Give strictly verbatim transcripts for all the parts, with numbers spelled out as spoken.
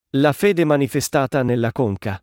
La fede manifestata nella conca.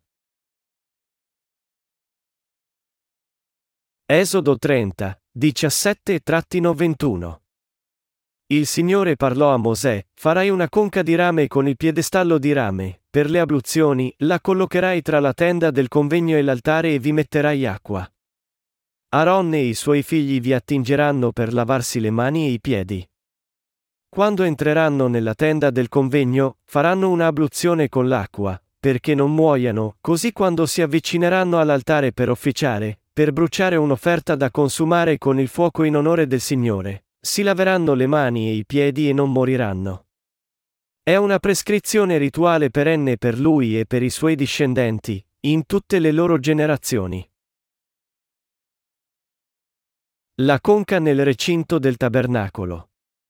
Esodo trenta, diciassette ventuno. Il Signore parlò a Mosè: farai una conca di rame con il piedestallo di rame, per le abluzioni, la collocherai tra la tenda del convegno e l'altare e vi metterai acqua. Aaron e i suoi figli vi attingeranno per lavarsi le mani e i piedi. Quando entreranno nella tenda del convegno, faranno una abluzione con l'acqua, perché non muoiano, così quando si avvicineranno all'altare per officiare, per bruciare un'offerta da consumare con il fuoco in onore del Signore, si laveranno le mani e i piedi e non moriranno. È una prescrizione rituale perenne per lui e per i suoi discendenti, in tutte le loro generazioni. La conca nel recinto del tabernacolo.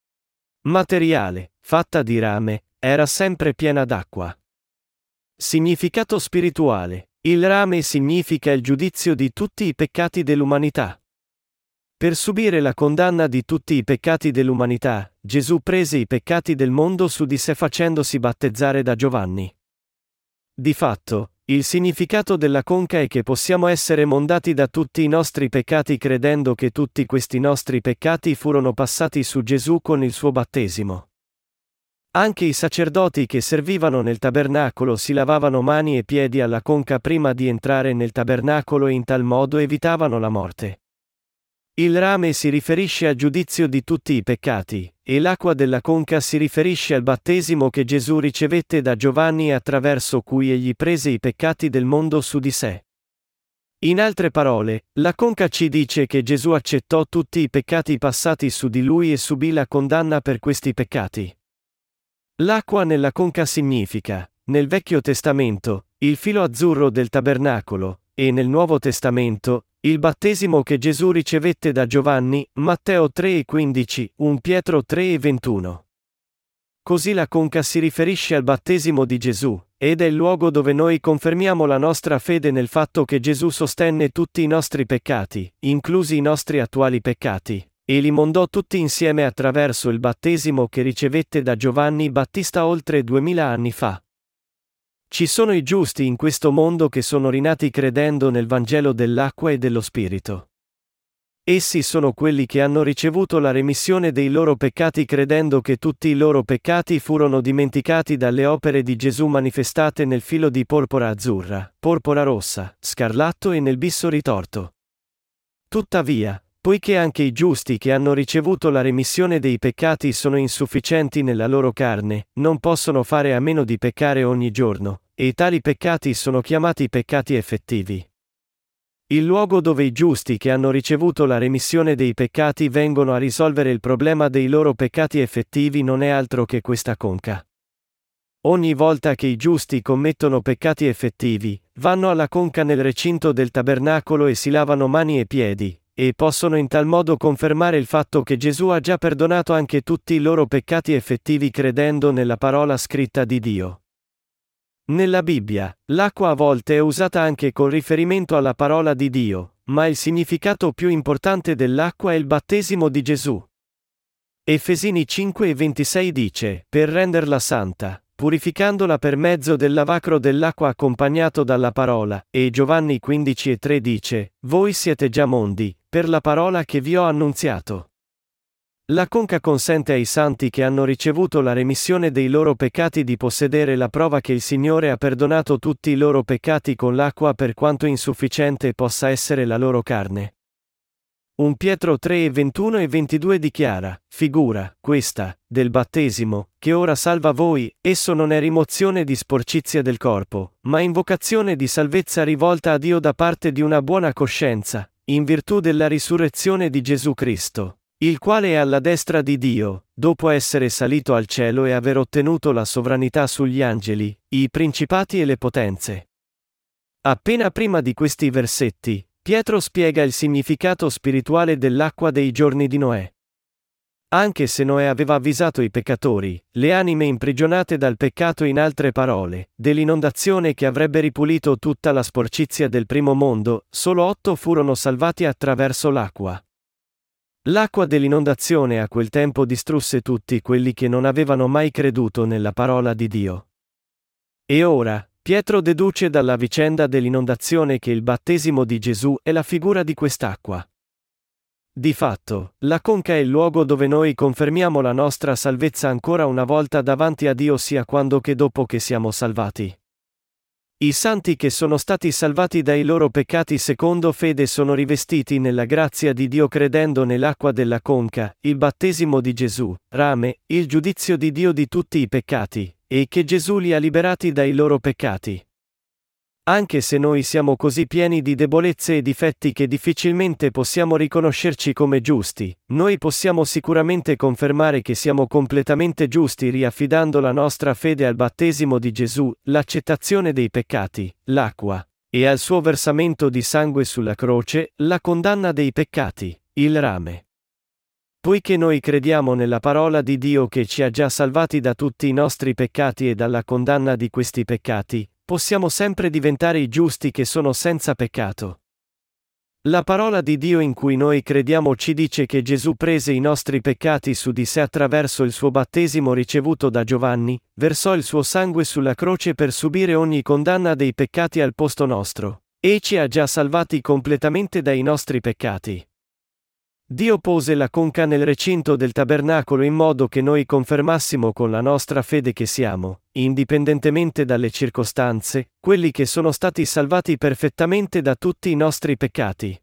Materiale, fatta di rame, era sempre piena d'acqua. Significato spirituale: il rame significa il giudizio di tutti i peccati dell'umanità. Per subire la condanna di tutti i peccati dell'umanità, Gesù prese i peccati del mondo su di sé facendosi battezzare da Giovanni. Di fatto, il significato della conca è che possiamo essere mondati da tutti i nostri peccati credendo che tutti questi nostri peccati furono passati su Gesù con il suo battesimo. Anche i sacerdoti che servivano nel tabernacolo si lavavano mani e piedi alla conca prima di entrare nel tabernacolo e in tal modo evitavano la morte. Il rame si riferisce al giudizio di tutti i peccati, e l'acqua della conca si riferisce al battesimo che Gesù ricevette da Giovanni e attraverso cui egli prese i peccati del mondo su di sé. In altre parole, la conca ci dice che Gesù accettò tutti i peccati passati su di lui e subì la condanna per questi peccati. L'acqua nella conca significa, nel Vecchio Testamento, il filo azzurro del tabernacolo, e nel Nuovo Testamento, il battesimo che Gesù ricevette da Giovanni, Matteo tre e quindici, primo Pietro tre e ventuno. Così la conca si riferisce al battesimo di Gesù, ed è il luogo dove noi confermiamo la nostra fede nel fatto che Gesù sostenne tutti i nostri peccati, inclusi i nostri attuali peccati, e li mondò tutti insieme attraverso il battesimo che ricevette da Giovanni Battista oltre duemila anni fa. Ci sono i giusti in questo mondo che sono rinati credendo nel Vangelo dell'acqua e dello Spirito. Essi sono quelli che hanno ricevuto la remissione dei loro peccati credendo che tutti i loro peccati furono dimenticati dalle opere di Gesù manifestate nel filo di porpora azzurra, porpora rossa, scarlatto e nel bisso ritorto. Tuttavia, poiché anche i giusti che hanno ricevuto la remissione dei peccati sono insufficienti nella loro carne, non possono fare a meno di peccare ogni giorno, e tali peccati sono chiamati peccati effettivi. Il luogo dove i giusti che hanno ricevuto la remissione dei peccati vengono a risolvere il problema dei loro peccati effettivi non è altro che questa conca. Ogni volta che i giusti commettono peccati effettivi, vanno alla conca nel recinto del tabernacolo e si lavano mani e piedi, e possono in tal modo confermare il fatto che Gesù ha già perdonato anche tutti i loro peccati effettivi credendo nella parola scritta di Dio. Nella Bibbia, l'acqua a volte è usata anche con riferimento alla parola di Dio, ma il significato più importante dell'acqua è il battesimo di Gesù. Efesini cinque e ventisei dice: per renderla santa, purificandola per mezzo del lavacro dell'acqua accompagnato dalla parola, e Giovanni quindici e tre dice: voi siete già mondi, per la parola che vi ho annunziato. La conca consente ai santi che hanno ricevuto la remissione dei loro peccati di possedere la prova che il Signore ha perdonato tutti i loro peccati con l'acqua per quanto insufficiente possa essere la loro carne. primo Pietro tre e ventuno e ventidue dichiara: figura, questa, del battesimo, che ora salva voi, esso non è rimozione di sporcizia del corpo, ma invocazione di salvezza rivolta a Dio da parte di una buona coscienza, in virtù della risurrezione di Gesù Cristo, il quale è alla destra di Dio, dopo essere salito al cielo e aver ottenuto la sovranità sugli angeli, i principati e le potenze. Appena prima di questi versetti, Pietro spiega il significato spirituale dell'acqua dei giorni di Noè. Anche se Noè aveva avvisato i peccatori, le anime imprigionate dal peccato, in altre parole, dell'inondazione che avrebbe ripulito tutta la sporcizia del primo mondo, solo otto furono salvati attraverso l'acqua. L'acqua dell'inondazione a quel tempo distrusse tutti quelli che non avevano mai creduto nella parola di Dio. E ora, Pietro deduce dalla vicenda dell'inondazione che il battesimo di Gesù è la figura di quest'acqua. Di fatto, la conca è il luogo dove noi confermiamo la nostra salvezza ancora una volta davanti a Dio sia quando che dopo che siamo salvati. I santi che sono stati salvati dai loro peccati secondo fede sono rivestiti nella grazia di Dio credendo nell'acqua della conca, il battesimo di Gesù, rame, il giudizio di Dio di tutti i peccati, e che Gesù li ha liberati dai loro peccati. Anche se noi siamo così pieni di debolezze e difetti che difficilmente possiamo riconoscerci come giusti, noi possiamo sicuramente confermare che siamo completamente giusti riaffidando la nostra fede al battesimo di Gesù, l'accettazione dei peccati, l'acqua, e al suo versamento di sangue sulla croce, la condanna dei peccati, il rame. Poiché noi crediamo nella parola di Dio che ci ha già salvati da tutti i nostri peccati e dalla condanna di questi peccati, possiamo sempre diventare i giusti che sono senza peccato. La parola di Dio in cui noi crediamo ci dice che Gesù prese i nostri peccati su di sé attraverso il suo battesimo ricevuto da Giovanni, versò il suo sangue sulla croce per subire ogni condanna dei peccati al posto nostro, e ci ha già salvati completamente dai nostri peccati. Dio pose la conca nel recinto del tabernacolo in modo che noi confermassimo con la nostra fede che siamo, indipendentemente dalle circostanze, quelli che sono stati salvati perfettamente da tutti i nostri peccati.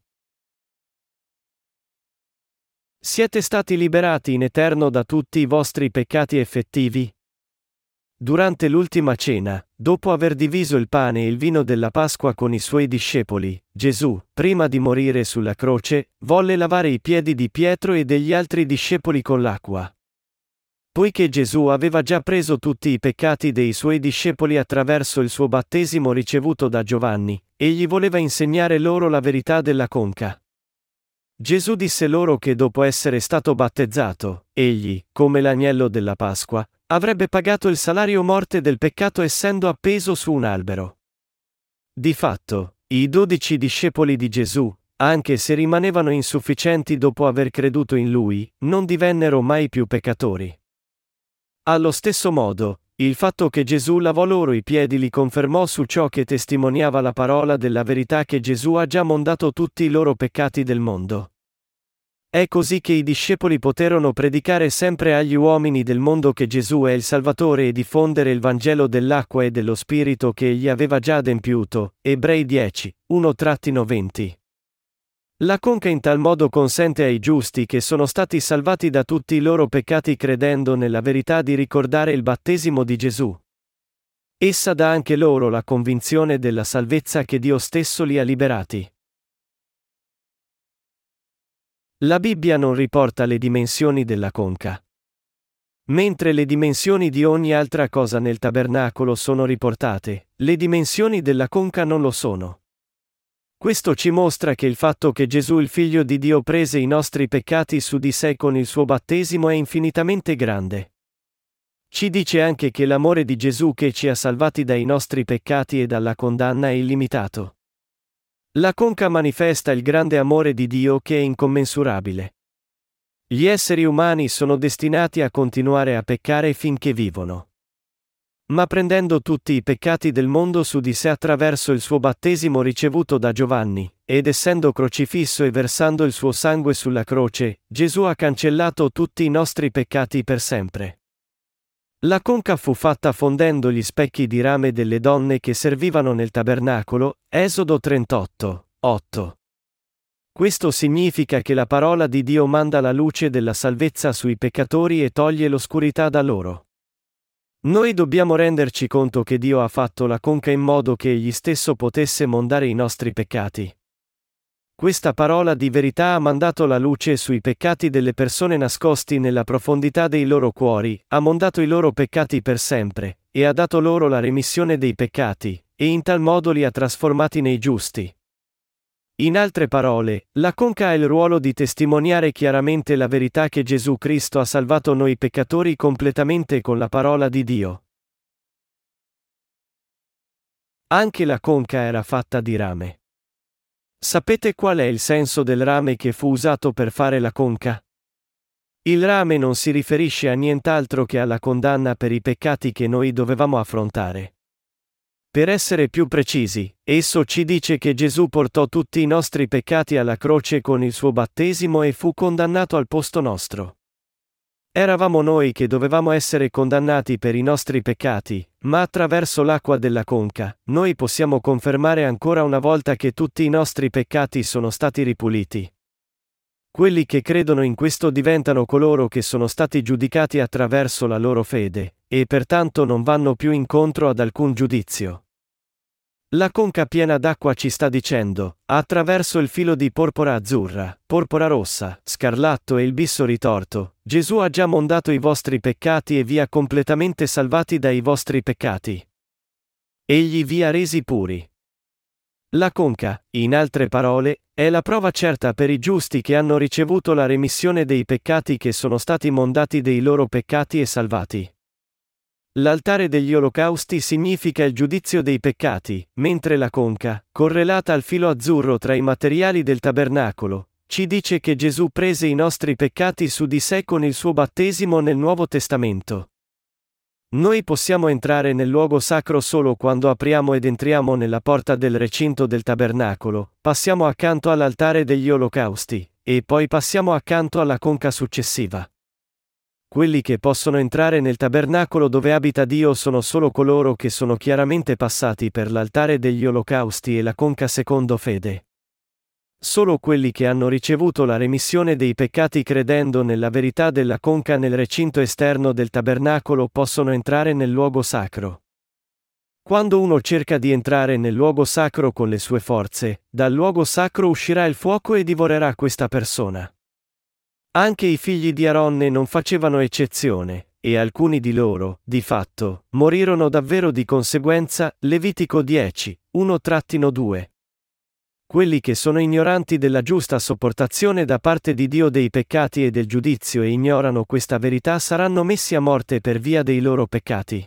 Siete stati liberati in eterno da tutti i vostri peccati effettivi? Durante l'ultima cena, dopo aver diviso il pane e il vino della Pasqua con i suoi discepoli, Gesù, prima di morire sulla croce, volle lavare i piedi di Pietro e degli altri discepoli con l'acqua. Poiché Gesù aveva già preso tutti i peccati dei suoi discepoli attraverso il suo battesimo ricevuto da Giovanni, egli voleva insegnare loro la verità della conca. Gesù disse loro che dopo essere stato battezzato, egli, come l'agnello della Pasqua, avrebbe pagato il salario morte del peccato essendo appeso su un albero. Di fatto, i dodici discepoli di Gesù, anche se rimanevano insufficienti dopo aver creduto in Lui, non divennero mai più peccatori. Allo stesso modo, il fatto che Gesù lavò loro i piedi li confermò su ciò che testimoniava la parola della verità che Gesù ha già mondato tutti i loro peccati del mondo. È così che i discepoli poterono predicare sempre agli uomini del mondo che Gesù è il Salvatore e diffondere il Vangelo dell'acqua e dello Spirito che egli aveva già adempiuto. Ebrei dieci, uno venti. La conca in tal modo consente ai giusti che sono stati salvati da tutti i loro peccati credendo nella verità di ricordare il battesimo di Gesù. Essa dà anche loro la convinzione della salvezza che Dio stesso li ha liberati. La Bibbia non riporta le dimensioni della conca. Mentre le dimensioni di ogni altra cosa nel tabernacolo sono riportate, le dimensioni della conca non lo sono. Questo ci mostra che il fatto che Gesù il Figlio di Dio prese i nostri peccati su di sé con il suo battesimo è infinitamente grande. Ci dice anche che l'amore di Gesù che ci ha salvati dai nostri peccati e dalla condanna è illimitato. La conca manifesta il grande amore di Dio che è incommensurabile. Gli esseri umani sono destinati a continuare a peccare finché vivono. Ma prendendo tutti i peccati del mondo su di sé attraverso il suo battesimo ricevuto da Giovanni, ed essendo crocifisso e versando il suo sangue sulla croce, Gesù ha cancellato tutti i nostri peccati per sempre. La conca fu fatta fondendo gli specchi di rame delle donne che servivano nel tabernacolo, Esodo trentotto, otto. Questo significa che la parola di Dio manda la luce della salvezza sui peccatori e toglie l'oscurità da loro. Noi dobbiamo renderci conto che Dio ha fatto la conca in modo che Egli stesso potesse mondare i nostri peccati. Questa parola di verità ha mandato la luce sui peccati delle persone nascosti nella profondità dei loro cuori, ha mondato i loro peccati per sempre, e ha dato loro la remissione dei peccati, e in tal modo li ha trasformati nei giusti. In altre parole, la conca ha il ruolo di testimoniare chiaramente la verità che Gesù Cristo ha salvato noi peccatori completamente con la parola di Dio. Anche la conca era fatta di rame. Sapete qual è il senso del rame che fu usato per fare la conca? Il rame non si riferisce a nient'altro che alla condanna per i peccati che noi dovevamo affrontare. Per essere più precisi, esso ci dice che Gesù portò tutti i nostri peccati alla croce con il suo battesimo e fu condannato al posto nostro. Eravamo noi che dovevamo essere condannati per i nostri peccati, ma attraverso l'acqua della conca, noi possiamo confermare ancora una volta che tutti i nostri peccati sono stati ripuliti. Quelli che credono in questo diventano coloro che sono stati giudicati attraverso la loro fede, e pertanto non vanno più incontro ad alcun giudizio. La conca piena d'acqua ci sta dicendo, attraverso il filo di porpora azzurra, porpora rossa, scarlatto e il bisso ritorto, Gesù ha già mondato i vostri peccati e vi ha completamente salvati dai vostri peccati. Egli vi ha resi puri. La conca, in altre parole, è la prova certa per i giusti che hanno ricevuto la remissione dei peccati che sono stati mondati dei loro peccati e salvati. L'altare degli olocausti significa il giudizio dei peccati, mentre la conca, correlata al filo azzurro tra i materiali del tabernacolo, ci dice che Gesù prese i nostri peccati su di sé con il suo battesimo nel Nuovo Testamento. Noi possiamo entrare nel luogo sacro solo quando apriamo ed entriamo nella porta del recinto del tabernacolo, passiamo accanto all'altare degli olocausti, e poi passiamo accanto alla conca successiva. Quelli che possono entrare nel tabernacolo dove abita Dio sono solo coloro che sono chiaramente passati per l'altare degli olocausti e la conca secondo fede. Solo quelli che hanno ricevuto la remissione dei peccati credendo nella verità della conca nel recinto esterno del tabernacolo possono entrare nel luogo sacro. Quando uno cerca di entrare nel luogo sacro con le sue forze, dal luogo sacro uscirà il fuoco e divorerà questa persona. Anche i figli di Aronne non facevano eccezione, e alcuni di loro, di fatto, morirono davvero di conseguenza. Levitico dieci, uno due. Quelli che sono ignoranti della giusta sopportazione da parte di Dio dei peccati e del giudizio e ignorano questa verità saranno messi a morte per via dei loro peccati.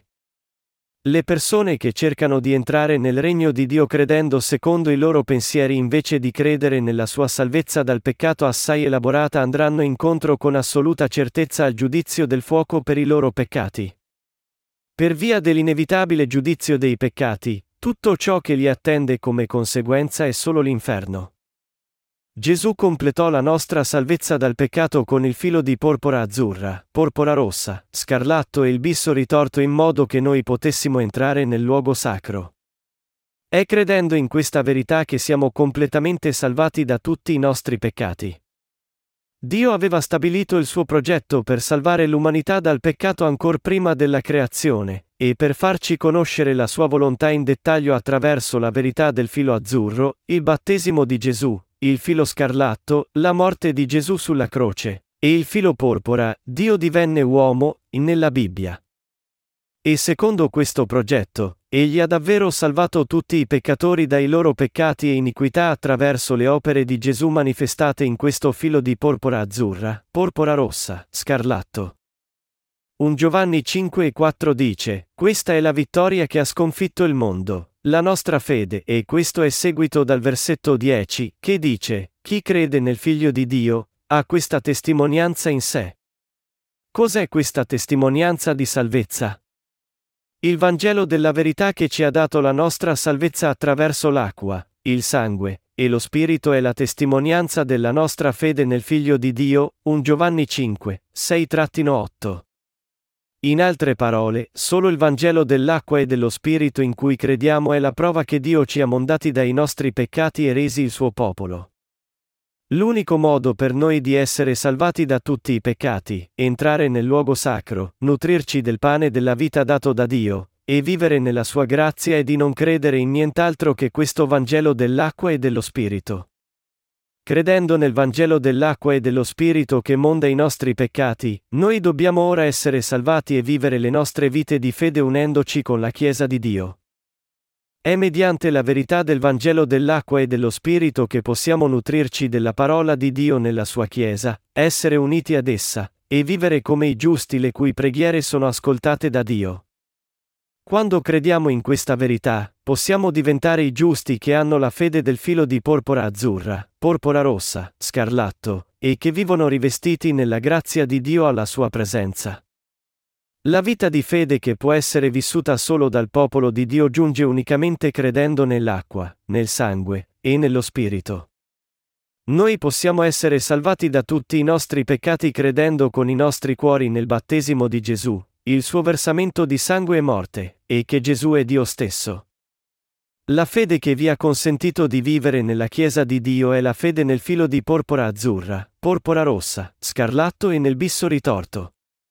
Le persone che cercano di entrare nel regno di Dio credendo secondo i loro pensieri invece di credere nella sua salvezza dal peccato assai elaborata andranno incontro con assoluta certezza al giudizio del fuoco per i loro peccati. Per via dell'inevitabile giudizio dei peccati, tutto ciò che li attende come conseguenza è solo l'inferno. Gesù completò la nostra salvezza dal peccato con il filo di porpora azzurra, porpora rossa, scarlatto e il bisso ritorto in modo che noi potessimo entrare nel luogo sacro. È credendo in questa verità che siamo completamente salvati da tutti i nostri peccati. Dio aveva stabilito il suo progetto per salvare l'umanità dal peccato ancor prima della creazione, e per farci conoscere la sua volontà in dettaglio attraverso la verità del filo azzurro, il battesimo di Gesù, il filo scarlatto, la morte di Gesù sulla croce, e il filo porpora, Dio divenne uomo, nella Bibbia. E secondo questo progetto, Egli ha davvero salvato tutti i peccatori dai loro peccati e iniquità attraverso le opere di Gesù manifestate in questo filo di porpora azzurra, porpora rossa, scarlatto. un Giovanni cinque e quattro dice, questa è la vittoria che ha sconfitto il mondo, la nostra fede, e questo è seguito dal versetto dieci, che dice, chi crede nel Figlio di Dio, ha questa testimonianza in sé. Cos'è questa testimonianza di salvezza? Il Vangelo della verità che ci ha dato la nostra salvezza attraverso l'acqua, il sangue, e lo Spirito è la testimonianza della nostra fede nel Figlio di Dio, un Giovanni cinque, sei otto. In altre parole, solo il Vangelo dell'acqua e dello Spirito in cui crediamo è la prova che Dio ci ha mondati dai nostri peccati e resi il suo popolo. L'unico modo per noi di essere salvati da tutti i peccati, entrare nel luogo sacro, nutrirci del pane della vita dato da Dio, e vivere nella sua grazia è di non credere in nient'altro che questo Vangelo dell'acqua e dello Spirito. Credendo nel Vangelo dell'acqua e dello Spirito che monda i nostri peccati, noi dobbiamo ora essere salvati e vivere le nostre vite di fede unendoci con la Chiesa di Dio. È mediante la verità del Vangelo dell'acqua e dello Spirito che possiamo nutrirci della parola di Dio nella sua Chiesa, essere uniti ad essa, e vivere come i giusti le cui preghiere sono ascoltate da Dio. Quando crediamo in questa verità, possiamo diventare i giusti che hanno la fede del filo di porpora azzurra, porpora rossa, scarlatto, e che vivono rivestiti nella grazia di Dio alla sua presenza. La vita di fede che può essere vissuta solo dal popolo di Dio giunge unicamente credendo nell'acqua, nel sangue, e nello Spirito. Noi possiamo essere salvati da tutti i nostri peccati credendo con i nostri cuori nel battesimo di Gesù, il suo versamento di sangue e morte, e che Gesù è Dio stesso. La fede che vi ha consentito di vivere nella Chiesa di Dio è la fede nel filo di porpora azzurra, porpora rossa, scarlatto e nel bisso ritorto.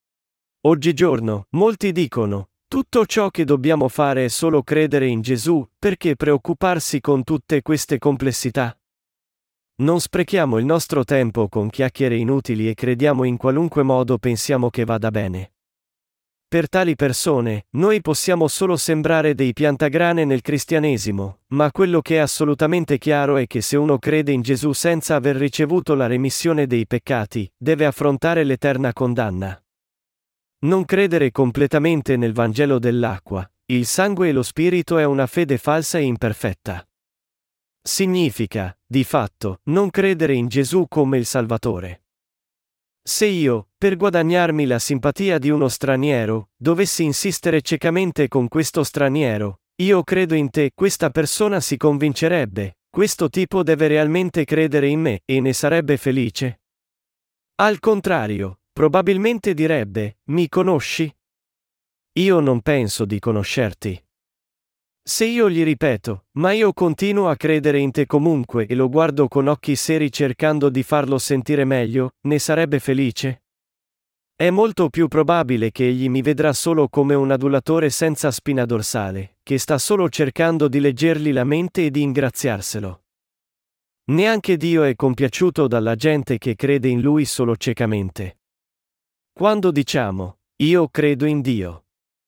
Oggigiorno, molti dicono, tutto ciò che dobbiamo fare è solo credere in Gesù, perché preoccuparsi con tutte queste complessità? Non sprechiamo il nostro tempo con chiacchiere inutili e crediamo in qualunque modo pensiamo che vada bene. Per tali persone, noi possiamo solo sembrare dei piantagrane nel cristianesimo, ma quello che è assolutamente chiaro è che se uno crede in Gesù senza aver ricevuto la remissione dei peccati, deve affrontare l'eterna condanna. Non credere completamente nel Vangelo dell'acqua, il sangue e lo Spirito è una fede falsa e imperfetta. Significa, di fatto, non credere in Gesù come il Salvatore. Se io, per guadagnarmi la simpatia di uno straniero, dovessi insistere ciecamente con questo straniero, io credo in te, questa persona si convincerebbe, questo tipo deve realmente credere in me, e ne sarebbe felice? Al contrario, probabilmente direbbe, mi conosci? Io non penso di conoscerti. Se io gli ripeto, ma io continuo a credere in te comunque e lo guardo con occhi seri cercando di farlo sentire meglio, ne sarebbe felice? È molto più probabile che egli mi vedrà solo come un adulatore senza spina dorsale, che sta solo cercando di leggergli la mente e di ingraziarselo. Neanche Dio è compiaciuto dalla gente che crede in Lui solo ciecamente. Quando diciamo, io credo in Dio,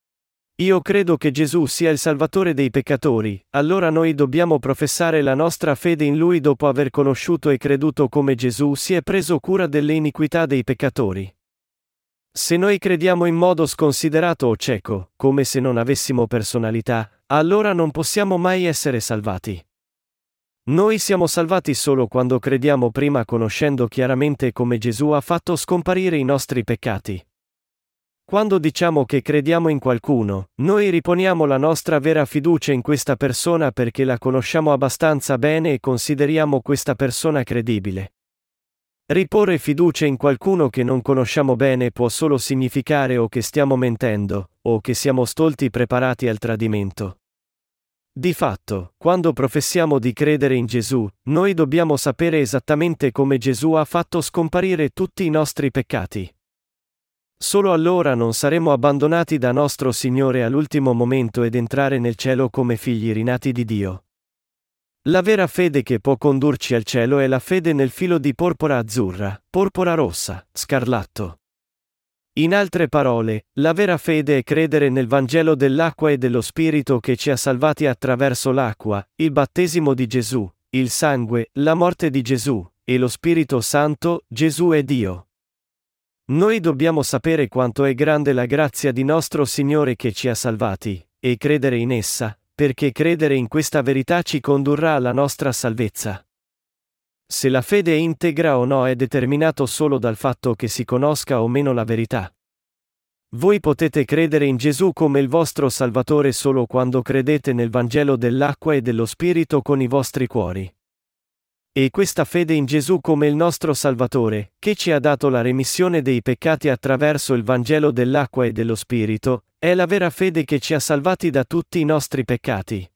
io credo che Gesù sia il Salvatore dei peccatori, allora noi dobbiamo professare la nostra fede in Lui dopo aver conosciuto e creduto come Gesù si è preso cura delle iniquità dei peccatori. Se noi crediamo in modo sconsiderato o cieco, come se non avessimo personalità, allora non possiamo mai essere salvati. Noi siamo salvati solo quando crediamo prima conoscendo chiaramente come Gesù ha fatto scomparire i nostri peccati. Quando diciamo che crediamo in qualcuno, noi riponiamo la nostra vera fiducia in questa persona perché la conosciamo abbastanza bene e consideriamo questa persona credibile. Riporre fiducia in qualcuno che non conosciamo bene può solo significare o che stiamo mentendo, o che siamo stolti preparati al tradimento. Di fatto, quando professiamo di credere in Gesù, noi dobbiamo sapere esattamente come Gesù ha fatto scomparire tutti i nostri peccati. Solo allora non saremo abbandonati da nostro Signore all'ultimo momento ed entrare nel cielo come figli rinati di Dio. La vera fede che può condurci al cielo è la fede nel filo di porpora azzurra, porpora rossa, scarlatto. In altre parole, la vera fede è credere nel Vangelo dell'acqua e dello Spirito che ci ha salvati attraverso l'acqua, il battesimo di Gesù, il sangue, la morte di Gesù, e lo Spirito Santo, Gesù è Dio. Noi dobbiamo sapere quanto è grande la grazia di nostro Signore che ci ha salvati, e credere in essa, perché credere in questa verità ci condurrà alla nostra salvezza. Se la fede è integra o no è determinato solo dal fatto che si conosca o meno la verità. Voi potete credere in Gesù come il vostro Salvatore solo quando credete nel Vangelo dell'acqua e dello Spirito con i vostri cuori. E questa fede in Gesù come il nostro Salvatore, che ci ha dato la remissione dei peccati attraverso il Vangelo dell'acqua e dello Spirito, è la vera fede che ci ha salvati da tutti i nostri peccati.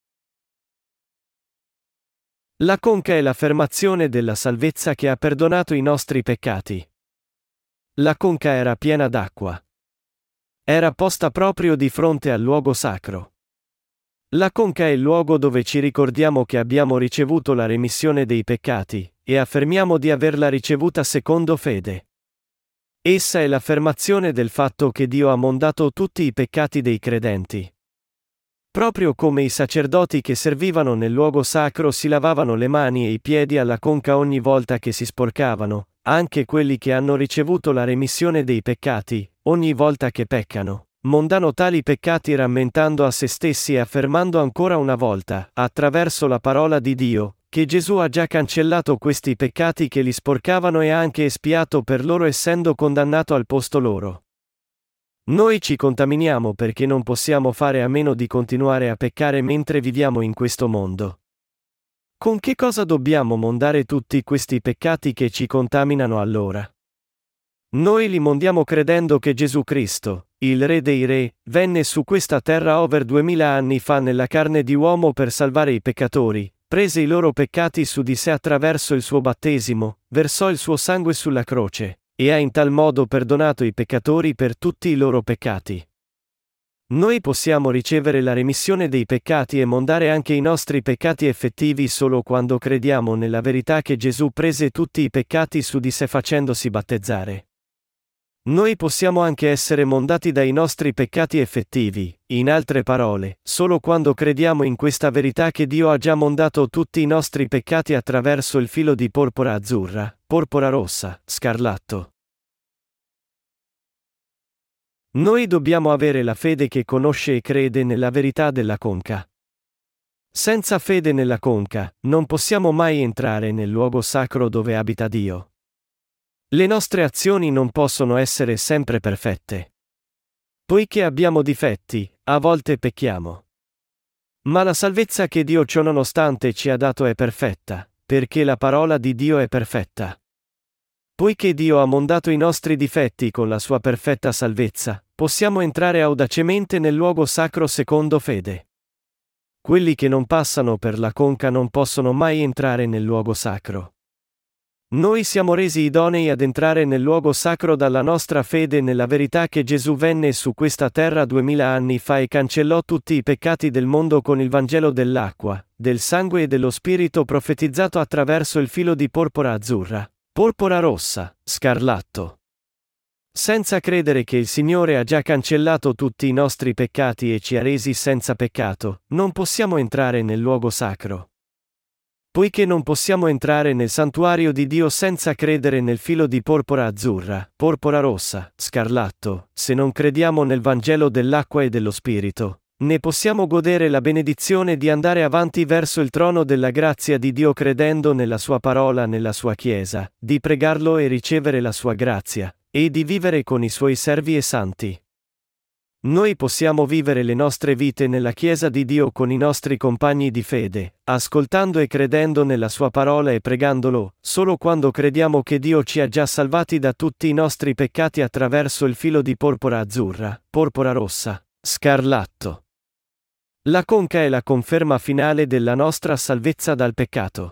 La conca è l'affermazione della salvezza che ha perdonato i nostri peccati. La conca era piena d'acqua. Era posta proprio di fronte al luogo sacro. La conca è il luogo dove ci ricordiamo che abbiamo ricevuto la remissione dei peccati, e affermiamo di averla ricevuta secondo fede. Essa è l'affermazione del fatto che Dio ha mondato tutti i peccati dei credenti. Proprio come i sacerdoti che servivano nel luogo sacro si lavavano le mani e i piedi alla conca ogni volta che si sporcavano, anche quelli che hanno ricevuto la remissione dei peccati, ogni volta che peccano, mondano tali peccati rammentando a se stessi e affermando ancora una volta, attraverso la parola di Dio, che Gesù ha già cancellato questi peccati che li sporcavano e ha anche espiato per loro essendo condannato al posto loro. Noi ci contaminiamo perché non possiamo fare a meno di continuare a peccare mentre viviamo in questo mondo. Con che cosa dobbiamo mondare tutti questi peccati che ci contaminano allora? Noi li mondiamo credendo che Gesù Cristo, il Re dei Re, venne su questa terra over duemila anni fa nella carne di uomo per salvare i peccatori, prese i loro peccati su di sé attraverso il suo battesimo, versò il suo sangue sulla croce, e ha in tal modo perdonato i peccatori per tutti i loro peccati. Noi possiamo ricevere la remissione dei peccati e mondare anche i nostri peccati effettivi solo quando crediamo nella verità che Gesù prese tutti i peccati su di sé facendosi battezzare. Noi possiamo anche essere mondati dai nostri peccati effettivi, in altre parole, solo quando crediamo in questa verità che Dio ha già mondato tutti i nostri peccati attraverso il filo di porpora azzurra, porpora rossa, scarlatto. Noi dobbiamo avere la fede che conosce e crede nella verità della conca. Senza fede nella conca, non possiamo mai entrare nel luogo sacro dove abita Dio. Le nostre azioni non possono essere sempre perfette. Poiché abbiamo difetti, a volte pecchiamo. Ma la salvezza che Dio ciononostante ci ha dato è perfetta, perché la parola di Dio è perfetta. Poiché Dio ha mondato i nostri difetti con la sua perfetta salvezza, possiamo entrare audacemente nel luogo sacro secondo fede. Quelli che non passano per la conca non possono mai entrare nel luogo sacro. Noi siamo resi idonei ad entrare nel luogo sacro dalla nostra fede nella verità che Gesù venne su questa terra duemila anni fa e cancellò tutti i peccati del mondo con il Vangelo dell'acqua, del sangue e dello Spirito profetizzato attraverso il filo di porpora azzurra, porpora rossa, scarlatto. Senza credere che il Signore ha già cancellato tutti i nostri peccati e ci ha resi senza peccato, non possiamo entrare nel luogo sacro. Poiché non possiamo entrare nel santuario di Dio senza credere nel filo di porpora azzurra, porpora rossa, scarlatto, se non crediamo nel Vangelo dell'acqua e dello Spirito, ne possiamo godere la benedizione di andare avanti verso il trono della grazia di Dio credendo nella sua parola nella sua Chiesa, di pregarlo e ricevere la sua grazia, e di vivere con i suoi servi e santi. Noi possiamo vivere le nostre vite nella Chiesa di Dio con i nostri compagni di fede, ascoltando e credendo nella sua parola e pregandolo, solo quando crediamo che Dio ci ha già salvati da tutti i nostri peccati attraverso il filo di porpora azzurra, porpora rossa, scarlatto. La conca è la conferma finale della nostra salvezza dal peccato.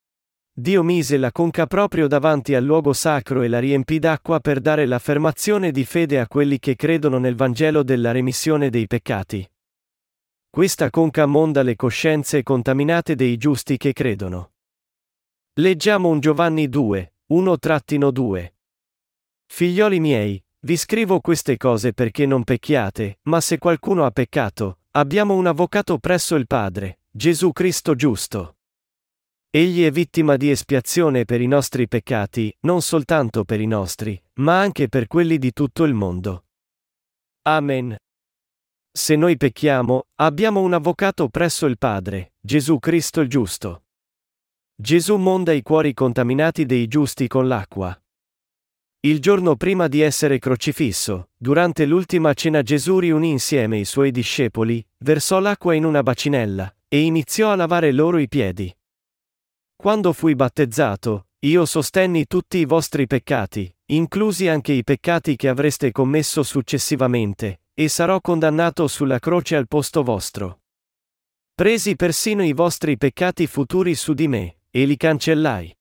Dio mise la conca proprio davanti al luogo sacro e la riempì d'acqua per dare l'affermazione di fede a quelli che credono nel Vangelo della remissione dei peccati. Questa conca monda le coscienze contaminate dei giusti che credono. Leggiamo un Giovanni due, uno due. Figlioli miei, vi scrivo queste cose perché non pecchiate, ma se qualcuno ha peccato, abbiamo un avvocato presso il Padre, Gesù Cristo giusto. Egli è vittima di espiazione per i nostri peccati, non soltanto per i nostri, ma anche per quelli di tutto il mondo. Amen. Se noi pecchiamo, abbiamo un avvocato presso il Padre, Gesù Cristo il giusto. Gesù monda i cuori contaminati dei giusti con l'acqua. Il giorno prima di essere crocifisso, durante l'ultima cena Gesù riunì insieme i suoi discepoli, versò l'acqua in una bacinella, e iniziò a lavare loro i piedi. Quando fui battezzato, io sostenni tutti i vostri peccati, inclusi anche i peccati che avreste commesso successivamente, e sarò condannato sulla croce al posto vostro. Presi persino i vostri peccati futuri su di me, e li cancellai.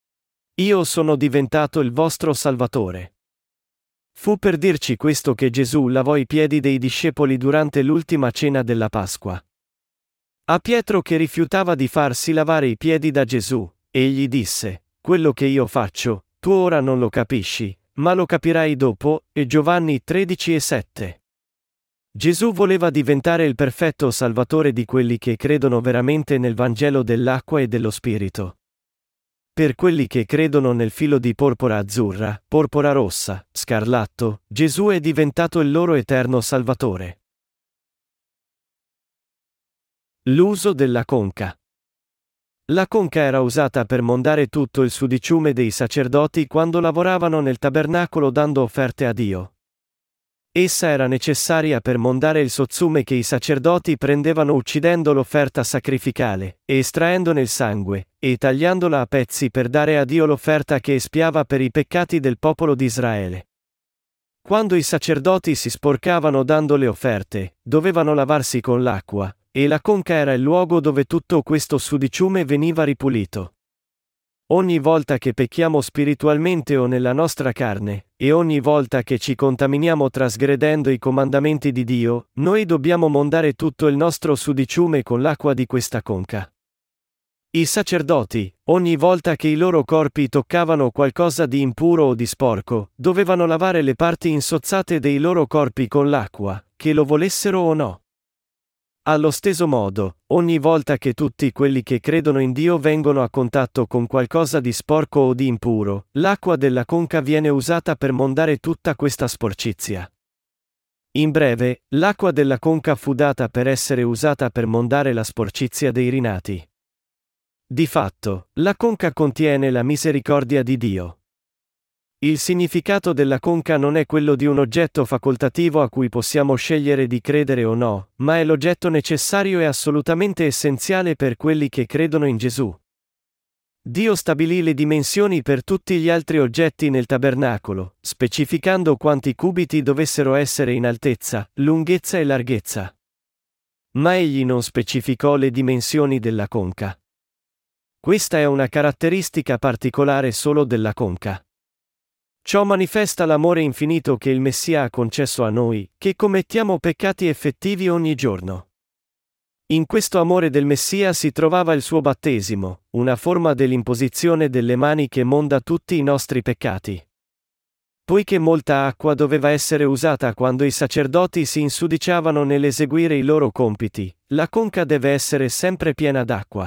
Io sono diventato il vostro Salvatore. Fu per dirci questo che Gesù lavò i piedi dei discepoli durante l'ultima cena della Pasqua. A Pietro che rifiutava di farsi lavare i piedi da Gesù, egli disse: quello che io faccio, tu ora non lo capisci, ma lo capirai dopo. E Giovanni tredici e sette. Gesù voleva diventare il perfetto Salvatore di quelli che credono veramente nel Vangelo dell'acqua e dello Spirito. Per quelli che credono nel filo di porpora azzurra, porpora rossa, scarlatto, Gesù è diventato il loro eterno Salvatore. L'uso della conca. La conca era usata per mondare tutto il sudiciume dei sacerdoti quando lavoravano nel tabernacolo dando offerte a Dio. Essa era necessaria per mondare il sozzume che i sacerdoti prendevano uccidendo l'offerta sacrificale, e estraendone il sangue, e tagliandola a pezzi per dare a Dio l'offerta che espiava per i peccati del popolo di Israele. Quando i sacerdoti si sporcavano dando le offerte, dovevano lavarsi con l'acqua, e la conca era il luogo dove tutto questo sudiciume veniva ripulito. Ogni volta che pecchiamo spiritualmente o nella nostra carne, e ogni volta che ci contaminiamo trasgredendo i comandamenti di Dio, noi dobbiamo mondare tutto il nostro sudiciume con l'acqua di questa conca. I sacerdoti, ogni volta che i loro corpi toccavano qualcosa di impuro o di sporco, dovevano lavare le parti insozzate dei loro corpi con l'acqua, che lo volessero o no. Allo stesso modo, ogni volta che tutti quelli che credono in Dio vengono a contatto con qualcosa di sporco o di impuro, l'acqua della conca viene usata per mondare tutta questa sporcizia. In breve, l'acqua della conca fu data per essere usata per mondare la sporcizia dei rinati. Di fatto, la conca contiene la misericordia di Dio. Il significato della conca non è quello di un oggetto facoltativo a cui possiamo scegliere di credere o no, ma è l'oggetto necessario e assolutamente essenziale per quelli che credono in Gesù. Dio stabilì le dimensioni per tutti gli altri oggetti nel tabernacolo, specificando quanti cubiti dovessero essere in altezza, lunghezza e larghezza. Ma egli non specificò le dimensioni della conca. Questa è una caratteristica particolare solo della conca. Ciò manifesta l'amore infinito che il Messia ha concesso a noi, che commettiamo peccati effettivi ogni giorno. In questo amore del Messia si trovava il suo battesimo, una forma dell'imposizione delle mani che monda tutti i nostri peccati. Poiché molta acqua doveva essere usata quando i sacerdoti si insudiciavano nell'eseguire i loro compiti, la conca deve essere sempre piena d'acqua.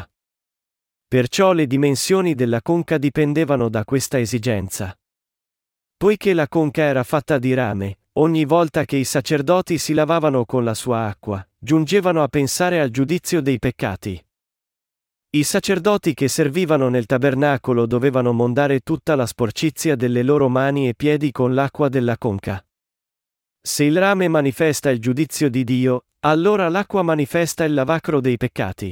Perciò le dimensioni della conca dipendevano da questa esigenza. Poiché la conca era fatta di rame, ogni volta che i sacerdoti si lavavano con la sua acqua, giungevano a pensare al giudizio dei peccati. I sacerdoti che servivano nel tabernacolo dovevano mondare tutta la sporcizia delle loro mani e piedi con l'acqua della conca. Se il rame manifesta il giudizio di Dio, allora l'acqua manifesta il lavacro dei peccati.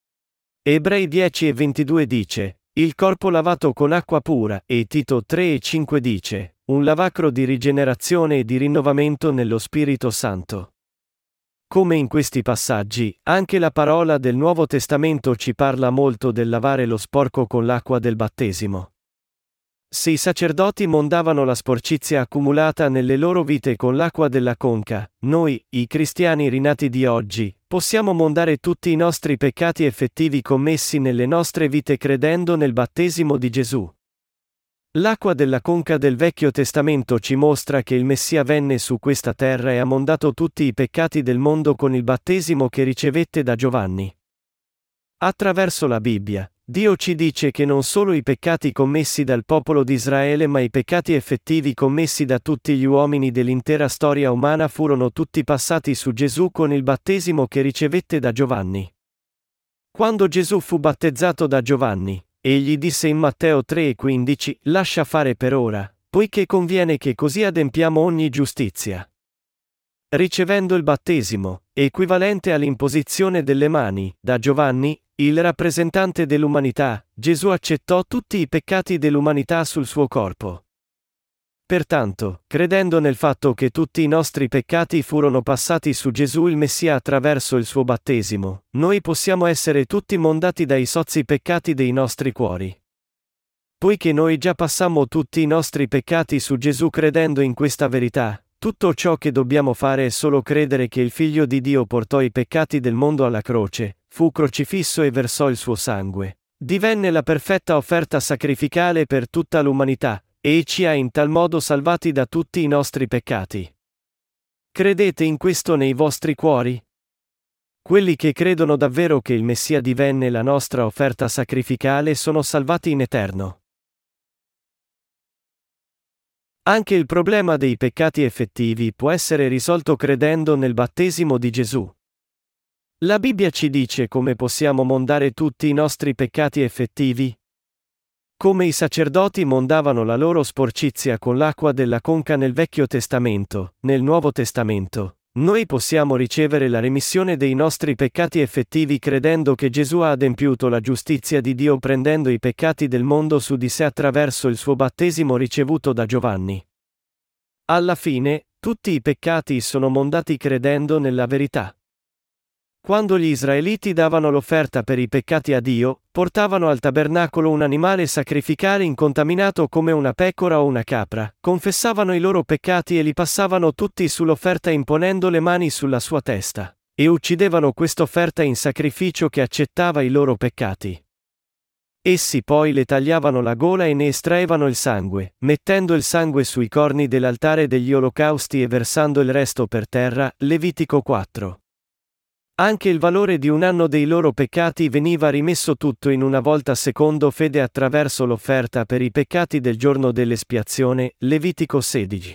Ebrei dieci e ventidue dice: il corpo lavato con acqua pura, e Tito tre e cinque dice: un lavacro di rigenerazione e di rinnovamento nello Spirito Santo. Come in questi passaggi, anche la parola del Nuovo Testamento ci parla molto del lavare lo sporco con l'acqua del battesimo. Se i sacerdoti mondavano la sporcizia accumulata nelle loro vite con l'acqua della conca, noi, i cristiani rinati di oggi, possiamo mondare tutti i nostri peccati effettivi commessi nelle nostre vite credendo nel battesimo di Gesù. L'acqua della conca del Vecchio Testamento ci mostra che il Messia venne su questa terra e ha mondato tutti i peccati del mondo con il battesimo che ricevette da Giovanni. Attraverso la Bibbia, Dio ci dice che non solo i peccati commessi dal popolo di Israele ma i peccati effettivi commessi da tutti gli uomini dell'intera storia umana furono tutti passati su Gesù con il battesimo che ricevette da Giovanni. Quando Gesù fu battezzato da Giovanni, egli disse in Matteo tre e quindici: lascia fare per ora, poiché conviene che così adempiamo ogni giustizia. Ricevendo il battesimo, equivalente all'imposizione delle mani, da Giovanni, il rappresentante dell'umanità, Gesù accettò tutti i peccati dell'umanità sul suo corpo. Pertanto, credendo nel fatto che tutti i nostri peccati furono passati su Gesù il Messia attraverso il suo battesimo, noi possiamo essere tutti mondati dai sozzi peccati dei nostri cuori. Poiché noi già passammo tutti i nostri peccati su Gesù credendo in questa verità, tutto ciò che dobbiamo fare è solo credere che il Figlio di Dio portò i peccati del mondo alla croce, fu crocifisso e versò il suo sangue. Divenne la perfetta offerta sacrificale per tutta l'umanità, e ci ha in tal modo salvati da tutti i nostri peccati. Credete in questo nei vostri cuori? Quelli che credono davvero che il Messia divenne la nostra offerta sacrificale sono salvati in eterno. Anche il problema dei peccati effettivi può essere risolto credendo nel battesimo di Gesù. La Bibbia ci dice come possiamo mondare tutti i nostri peccati effettivi? Come i sacerdoti mondavano la loro sporcizia con l'acqua della conca nel Vecchio Testamento, nel Nuovo Testamento, noi possiamo ricevere la remissione dei nostri peccati effettivi credendo che Gesù ha adempiuto la giustizia di Dio prendendo i peccati del mondo su di sé attraverso il suo battesimo ricevuto da Giovanni. Alla fine, tutti i peccati sono mondati credendo nella verità. Quando gli israeliti davano l'offerta per i peccati a Dio, portavano al tabernacolo un animale sacrificale incontaminato come una pecora o una capra, confessavano i loro peccati e li passavano tutti sull'offerta imponendo le mani sulla sua testa, e uccidevano quest'offerta in sacrificio che accettava i loro peccati. Essi poi le tagliavano la gola e ne estraevano il sangue, mettendo il sangue sui corni dell'altare degli olocausti e versando il resto per terra, Levitico quattro. Anche il valore di un anno dei loro peccati veniva rimesso tutto in una volta secondo fede attraverso l'offerta per i peccati del giorno dell'espiazione, Levitico sedici.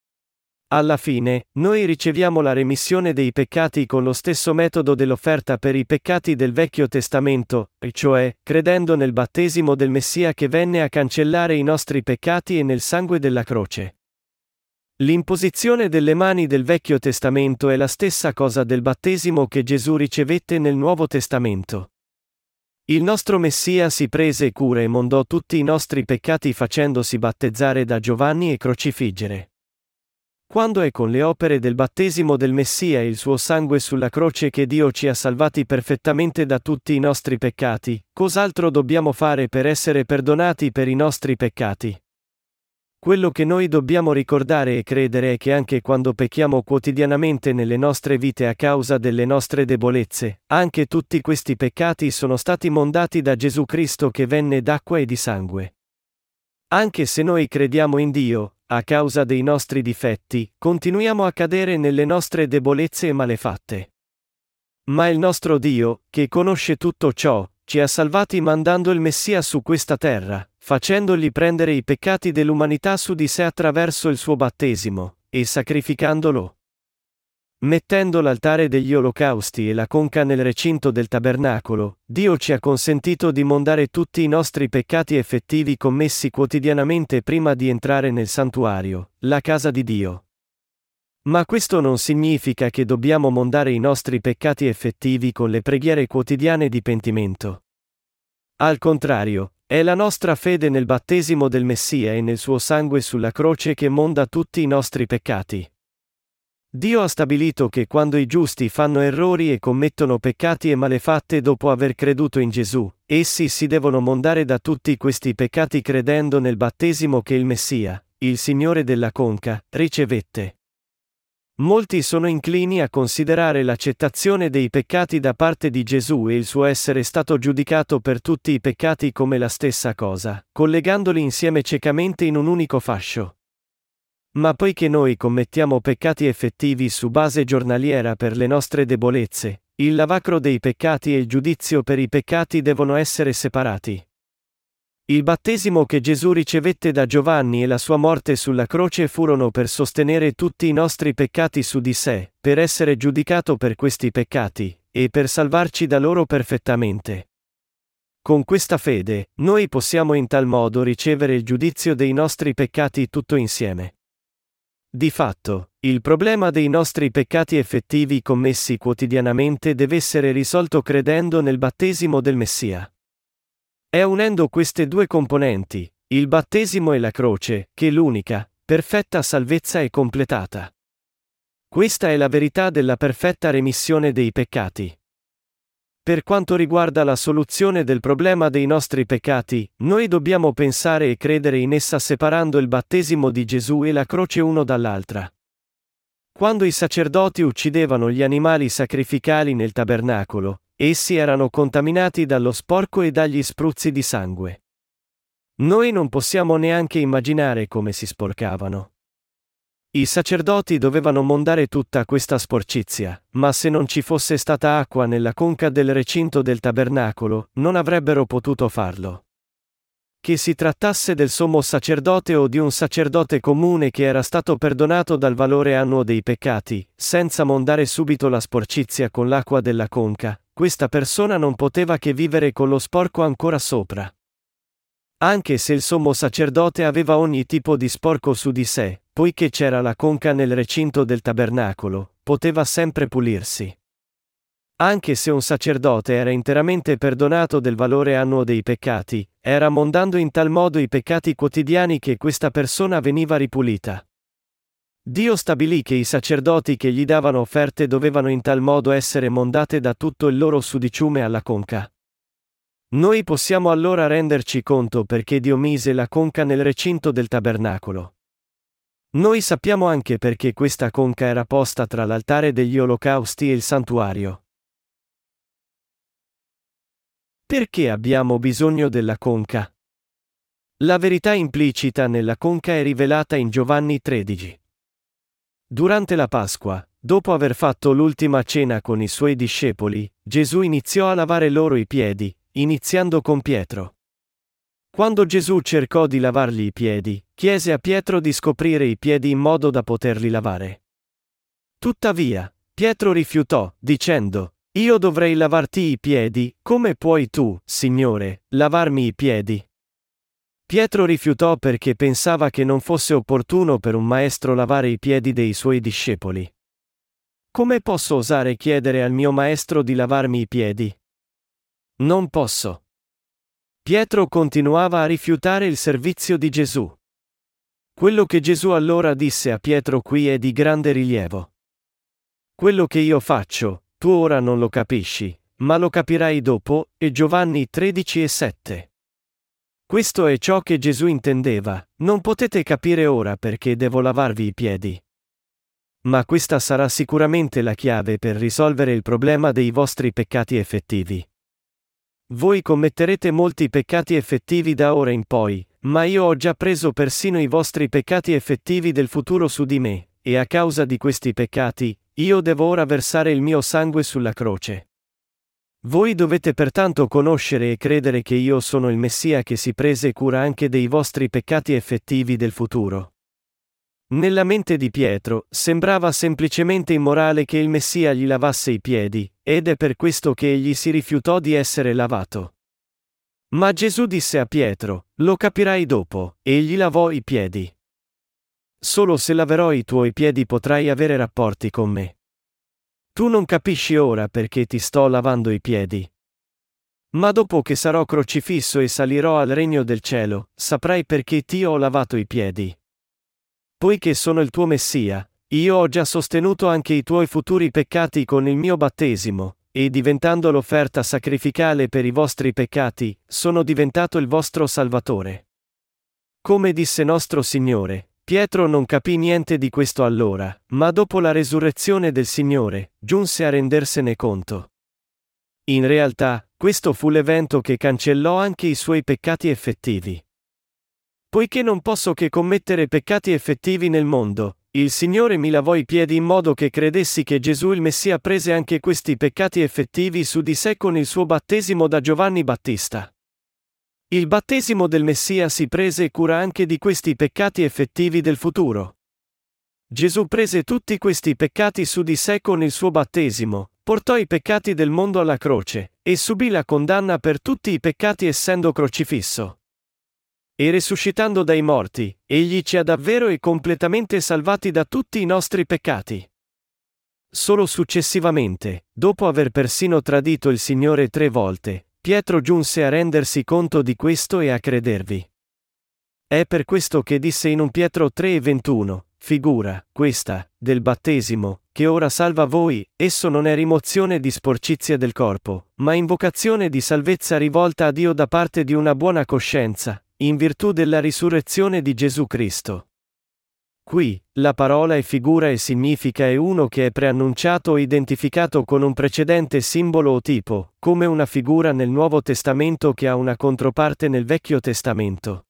Alla fine, noi riceviamo la remissione dei peccati con lo stesso metodo dell'offerta per i peccati del Vecchio Testamento, e cioè, credendo nel battesimo del Messia che venne a cancellare i nostri peccati e nel sangue della croce. L'imposizione delle mani del Vecchio Testamento è la stessa cosa del battesimo che Gesù ricevette nel Nuovo Testamento. Il nostro Messia si prese cura e mondò tutti i nostri peccati facendosi battezzare da Giovanni e crocifiggere. Quando è con le opere del battesimo del Messia e il suo sangue sulla croce che Dio ci ha salvati perfettamente da tutti i nostri peccati, cos'altro dobbiamo fare per essere perdonati per i nostri peccati? Quello che noi dobbiamo ricordare e credere è che anche quando pecchiamo quotidianamente nelle nostre vite a causa delle nostre debolezze, anche tutti questi peccati sono stati mondati da Gesù Cristo che venne d'acqua e di sangue. Anche se noi crediamo in Dio, a causa dei nostri difetti, continuiamo a cadere nelle nostre debolezze e malefatte. Ma il nostro Dio, che conosce tutto ciò, ci ha salvati mandando il Messia su questa terra, facendogli prendere i peccati dell'umanità su di sé attraverso il suo battesimo, e sacrificandolo. Mettendo l'altare degli olocausti e la conca nel recinto del tabernacolo, Dio ci ha consentito di mondare tutti i nostri peccati effettivi commessi quotidianamente prima di entrare nel santuario, la casa di Dio. Ma questo non significa che dobbiamo mondare i nostri peccati effettivi con le preghiere quotidiane di pentimento. Al contrario, è la nostra fede nel battesimo del Messia e nel suo sangue sulla croce che monda tutti i nostri peccati. Dio ha stabilito che quando i giusti fanno errori e commettono peccati e malefatte dopo aver creduto in Gesù, essi si devono mondare da tutti questi peccati credendo nel battesimo che il Messia, il Signore della conca, ricevette. Molti sono inclini a considerare l'accettazione dei peccati da parte di Gesù e il suo essere stato giudicato per tutti i peccati come la stessa cosa, collegandoli insieme ciecamente in un unico fascio. Ma poiché noi commettiamo peccati effettivi su base giornaliera per le nostre debolezze, il lavacro dei peccati e il giudizio per i peccati devono essere separati. Il battesimo che Gesù ricevette da Giovanni e la sua morte sulla croce furono per sostenere tutti i nostri peccati su di sé, per essere giudicato per questi peccati, e per salvarci da loro perfettamente. Con questa fede, noi possiamo in tal modo ricevere il giudizio dei nostri peccati tutto insieme. Di fatto, il problema dei nostri peccati effettivi commessi quotidianamente deve essere risolto credendo nel battesimo del Messia. È unendo queste due componenti, il battesimo e la croce, che l'unica, perfetta salvezza è completata. Questa è la verità della perfetta remissione dei peccati. Per quanto riguarda la soluzione del problema dei nostri peccati, noi dobbiamo pensare e credere in essa separando il battesimo di Gesù e la croce uno dall'altra. Quando i sacerdoti uccidevano gli animali sacrificali nel tabernacolo, essi erano contaminati dallo sporco e dagli spruzzi di sangue. Noi non possiamo neanche immaginare come si sporcavano. I sacerdoti dovevano mondare tutta questa sporcizia, ma se non ci fosse stata acqua nella conca del recinto del tabernacolo, non avrebbero potuto farlo. Che si trattasse del sommo sacerdote o di un sacerdote comune che era stato perdonato dal valore annuo dei peccati, senza mondare subito la sporcizia con l'acqua della conca, questa persona non poteva che vivere con lo sporco ancora sopra. Anche se il sommo sacerdote aveva ogni tipo di sporco su di sé, poiché c'era la conca nel recinto del tabernacolo, poteva sempre pulirsi. Anche se un sacerdote era interamente perdonato del valore annuo dei peccati, era mondando in tal modo i peccati quotidiani che questa persona veniva ripulita. Dio stabilì che i sacerdoti che gli davano offerte dovevano in tal modo essere mondate da tutto il loro sudiciume alla conca. Noi possiamo allora renderci conto perché Dio mise la conca nel recinto del tabernacolo. Noi sappiamo anche perché questa conca era posta tra l'altare degli olocausti e il santuario. Perché abbiamo bisogno della conca? La verità implicita nella conca è rivelata in Giovanni tredici. Durante la Pasqua, dopo aver fatto l'ultima cena con i suoi discepoli, Gesù iniziò a lavare loro i piedi, iniziando con Pietro. Quando Gesù cercò di lavargli i piedi, chiese a Pietro di scoprire i piedi in modo da poterli lavare. Tuttavia, Pietro rifiutò, dicendo: Io dovrei lavarti i piedi, come puoi tu, Signore, lavarmi i piedi? Pietro rifiutò perché pensava che non fosse opportuno per un maestro lavare i piedi dei suoi discepoli. Come posso osare chiedere al mio maestro di lavarmi i piedi? Non posso. Pietro continuava a rifiutare il servizio di Gesù. Quello che Gesù allora disse a Pietro qui è di grande rilievo. Quello che io faccio, tu ora non lo capisci, ma lo capirai dopo, e Giovanni tredici e sette. Questo è ciò che Gesù intendeva: non potete capire ora perché devo lavarvi i piedi. Ma questa sarà sicuramente la chiave per risolvere il problema dei vostri peccati effettivi. Voi commetterete molti peccati effettivi da ora in poi, ma io ho già preso persino i vostri peccati effettivi del futuro su di me, e a causa di questi peccati, io devo ora versare il mio sangue sulla croce. Voi dovete pertanto conoscere e credere che io sono il Messia che si prese cura anche dei vostri peccati effettivi del futuro. Nella mente di Pietro, sembrava semplicemente immorale che il Messia gli lavasse i piedi, ed è per questo che egli si rifiutò di essere lavato. Ma Gesù disse a Pietro: Lo capirai dopo, e gli lavò i piedi. Solo se laverò i tuoi piedi potrai avere rapporti con me. Tu non capisci ora perché ti sto lavando i piedi. Ma dopo che sarò crocifisso e salirò al regno del cielo, saprai perché ti ho lavato i piedi. Poiché sono il tuo Messia, io ho già sostenuto anche i tuoi futuri peccati con il mio battesimo, e diventando l'offerta sacrificale per i vostri peccati, sono diventato il vostro Salvatore. Come disse nostro Signore, Pietro non capì niente di questo allora, ma dopo la resurrezione del Signore, giunse a rendersene conto. In realtà, questo fu l'evento che cancellò anche i suoi peccati effettivi. Poiché non posso che commettere peccati effettivi nel mondo, il Signore mi lavò i piedi in modo che credessi che Gesù il Messia prese anche questi peccati effettivi su di sé con il suo battesimo da Giovanni Battista. Il battesimo del Messia si prese cura anche di questi peccati effettivi del futuro. Gesù prese tutti questi peccati su di sé con il suo battesimo, portò i peccati del mondo alla croce, e subì la condanna per tutti i peccati essendo crocifisso. E risuscitando dai morti, egli ci ha davvero e completamente salvati da tutti i nostri peccati. Solo successivamente, dopo aver persino tradito il Signore tre volte, Pietro giunse a rendersi conto di questo e a credervi. È per questo che disse in un Pietro tre e ventuno, figura, questa, del battesimo, che ora salva voi, esso non è rimozione di sporcizia del corpo, ma invocazione di salvezza rivolta a Dio da parte di una buona coscienza, in virtù della risurrezione di Gesù Cristo. Qui, la parola è figura e significa è uno che è preannunciato o identificato con un precedente simbolo o tipo, come una figura nel Nuovo Testamento che ha una controparte nel Vecchio Testamento.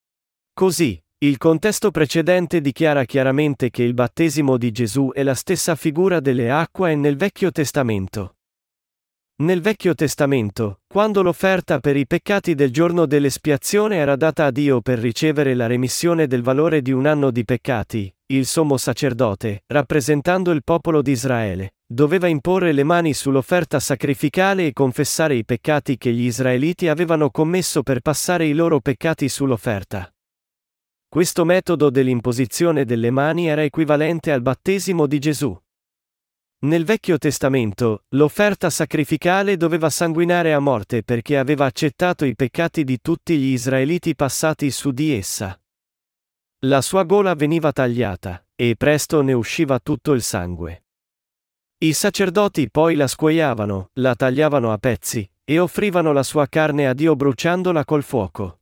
Così, il contesto precedente dichiara chiaramente che il battesimo di Gesù è la stessa figura delle acque nel Vecchio Testamento. Nel Vecchio Testamento, quando l'offerta per i peccati del giorno dell'espiazione era data a Dio per ricevere la remissione del valore di un anno di peccati, il sommo sacerdote, rappresentando il popolo di Israele, doveva imporre le mani sull'offerta sacrificale e confessare i peccati che gli israeliti avevano commesso per passare i loro peccati sull'offerta. Questo metodo dell'imposizione delle mani era equivalente al battesimo di Gesù. Nel Vecchio Testamento, l'offerta sacrificale doveva sanguinare a morte perché aveva accettato i peccati di tutti gli israeliti passati su di essa. La sua gola veniva tagliata, e presto ne usciva tutto il sangue. I sacerdoti poi la scuoiavano, la tagliavano a pezzi, e offrivano la sua carne a Dio bruciandola col fuoco.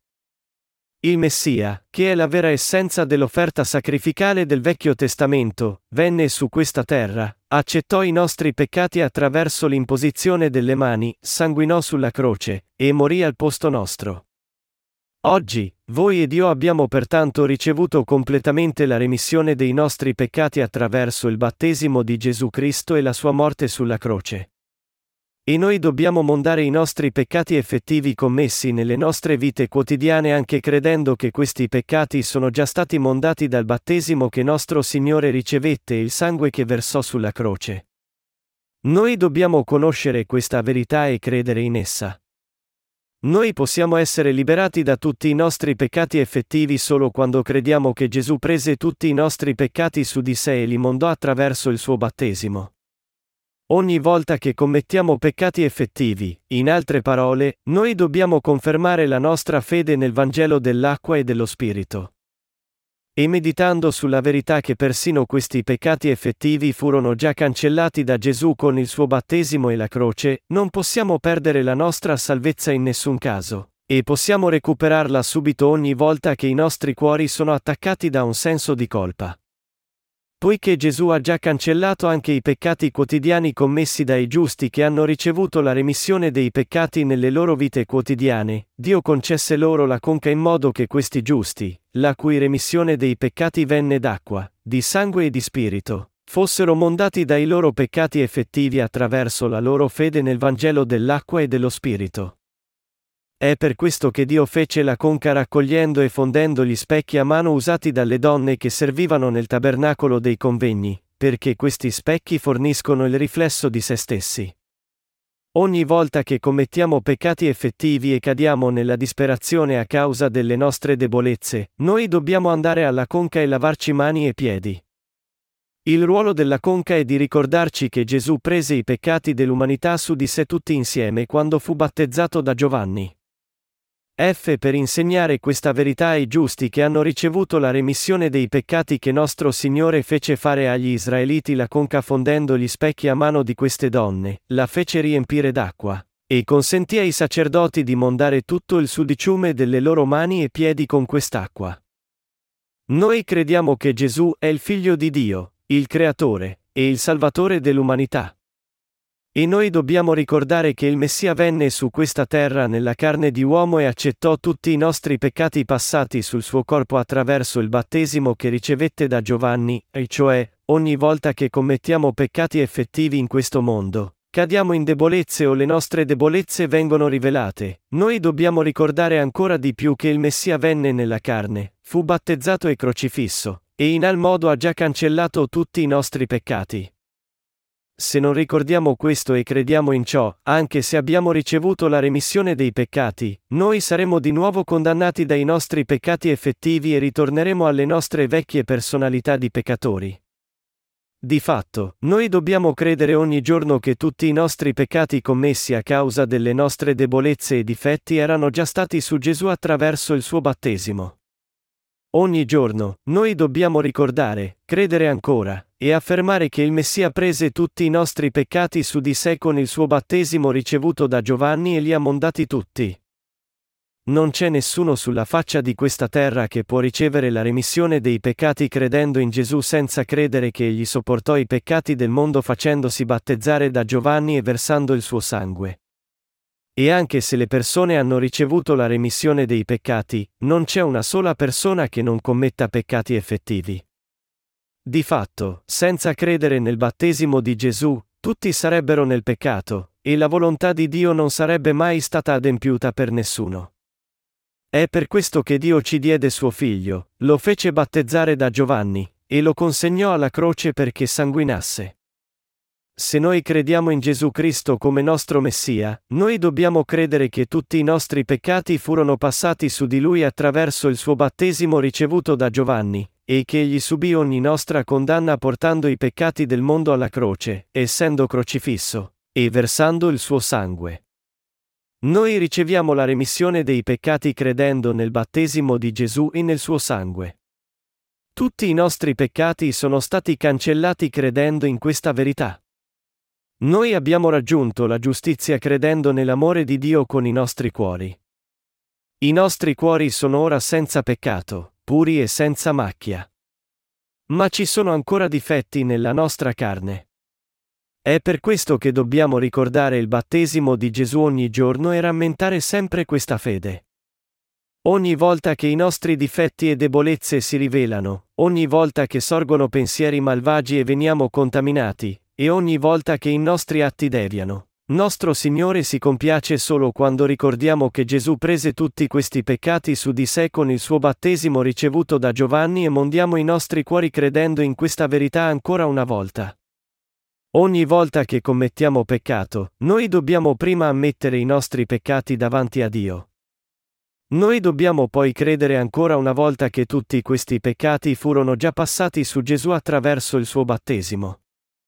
Il Messia, che è la vera essenza dell'offerta sacrificale del Vecchio Testamento, venne su questa terra, accettò i nostri peccati attraverso l'imposizione delle mani, sanguinò sulla croce, e morì al posto nostro. Oggi, voi ed io abbiamo pertanto ricevuto completamente la remissione dei nostri peccati attraverso il battesimo di Gesù Cristo e la sua morte sulla croce. E noi dobbiamo mondare i nostri peccati effettivi commessi nelle nostre vite quotidiane anche credendo che questi peccati sono già stati mondati dal battesimo che nostro Signore ricevette e il sangue che versò sulla croce. Noi dobbiamo conoscere questa verità e credere in essa. Noi possiamo essere liberati da tutti i nostri peccati effettivi solo quando crediamo che Gesù prese tutti i nostri peccati su di sé e li mondò attraverso il suo battesimo. Ogni volta che commettiamo peccati effettivi, in altre parole, noi dobbiamo confermare la nostra fede nel Vangelo dell'acqua e dello Spirito. E meditando sulla verità che persino questi peccati effettivi furono già cancellati da Gesù con il suo battesimo e la croce, non possiamo perdere la nostra salvezza in nessun caso, e possiamo recuperarla subito ogni volta che i nostri cuori sono attaccati da un senso di colpa. Poiché Gesù ha già cancellato anche i peccati quotidiani commessi dai giusti che hanno ricevuto la remissione dei peccati nelle loro vite quotidiane, Dio concesse loro la conca in modo che questi giusti, la cui remissione dei peccati venne d'acqua, di sangue e di spirito, fossero mondati dai loro peccati effettivi attraverso la loro fede nel Vangelo dell'acqua e dello Spirito. È per questo che Dio fece la conca raccogliendo e fondendo gli specchi a mano usati dalle donne che servivano nel tabernacolo dei convegni, perché questi specchi forniscono il riflesso di se stessi. Ogni volta che commettiamo peccati effettivi e cadiamo nella disperazione a causa delle nostre debolezze, noi dobbiamo andare alla conca e lavarci mani e piedi. Il ruolo della conca è di ricordarci che Gesù prese i peccati dell'umanità su di sé tutti insieme quando fu battezzato da Giovanni. F per insegnare questa verità ai giusti che hanno ricevuto la remissione dei peccati che nostro Signore fece fare agli Israeliti la conca fondendo gli specchi a mano di queste donne, la fece riempire d'acqua, e consentì ai sacerdoti di mondare tutto il sudiciume delle loro mani e piedi con quest'acqua. Noi crediamo che Gesù è il Figlio di Dio, il Creatore, e il Salvatore dell'umanità. E noi dobbiamo ricordare che il Messia venne su questa terra nella carne di uomo e accettò tutti i nostri peccati passati sul suo corpo attraverso il battesimo che ricevette da Giovanni, e cioè, ogni volta che commettiamo peccati effettivi in questo mondo, cadiamo in debolezze o le nostre debolezze vengono rivelate, noi dobbiamo ricordare ancora di più che il Messia venne nella carne, fu battezzato e crocifisso, e in tal modo ha già cancellato tutti i nostri peccati. Se non ricordiamo questo e crediamo in ciò, anche se abbiamo ricevuto la remissione dei peccati, noi saremo di nuovo condannati dai nostri peccati effettivi e ritorneremo alle nostre vecchie personalità di peccatori. Di fatto, noi dobbiamo credere ogni giorno che tutti i nostri peccati commessi a causa delle nostre debolezze e difetti erano già stati su Gesù attraverso il suo battesimo. Ogni giorno, noi dobbiamo ricordare, credere ancora, e affermare che il Messia prese tutti i nostri peccati su di sé con il suo battesimo ricevuto da Giovanni e li ha mondati tutti. Non c'è nessuno sulla faccia di questa terra che può ricevere la remissione dei peccati credendo in Gesù senza credere che egli sopportò i peccati del mondo facendosi battezzare da Giovanni e versando il suo sangue. E anche se le persone hanno ricevuto la remissione dei peccati, non c'è una sola persona che non commetta peccati effettivi. Di fatto, senza credere nel battesimo di Gesù, tutti sarebbero nel peccato, e la volontà di Dio non sarebbe mai stata adempiuta per nessuno. È per questo che Dio ci diede suo figlio, lo fece battezzare da Giovanni, e lo consegnò alla croce perché sanguinasse. Se noi crediamo in Gesù Cristo come nostro Messia, noi dobbiamo credere che tutti i nostri peccati furono passati su di Lui attraverso il suo battesimo ricevuto da Giovanni, e che Egli subì ogni nostra condanna portando i peccati del mondo alla croce, essendo crocifisso, e versando il suo sangue. Noi riceviamo la remissione dei peccati credendo nel battesimo di Gesù e nel suo sangue. Tutti i nostri peccati sono stati cancellati credendo in questa verità. Noi abbiamo raggiunto la giustizia credendo nell'amore di Dio con i nostri cuori. I nostri cuori sono ora senza peccato, puri e senza macchia. Ma ci sono ancora difetti nella nostra carne. È per questo che dobbiamo ricordare il battesimo di Gesù ogni giorno e rammentare sempre questa fede. Ogni volta che i nostri difetti e debolezze si rivelano, ogni volta che sorgono pensieri malvagi e veniamo contaminati, e ogni volta che i nostri atti deviano, nostro Signore si compiace solo quando ricordiamo che Gesù prese tutti questi peccati su di sé con il suo battesimo ricevuto da Giovanni e mondiamo i nostri cuori credendo in questa verità ancora una volta. Ogni volta che commettiamo peccato, noi dobbiamo prima ammettere i nostri peccati davanti a Dio. Noi dobbiamo poi credere ancora una volta che tutti questi peccati furono già passati su Gesù attraverso il suo battesimo.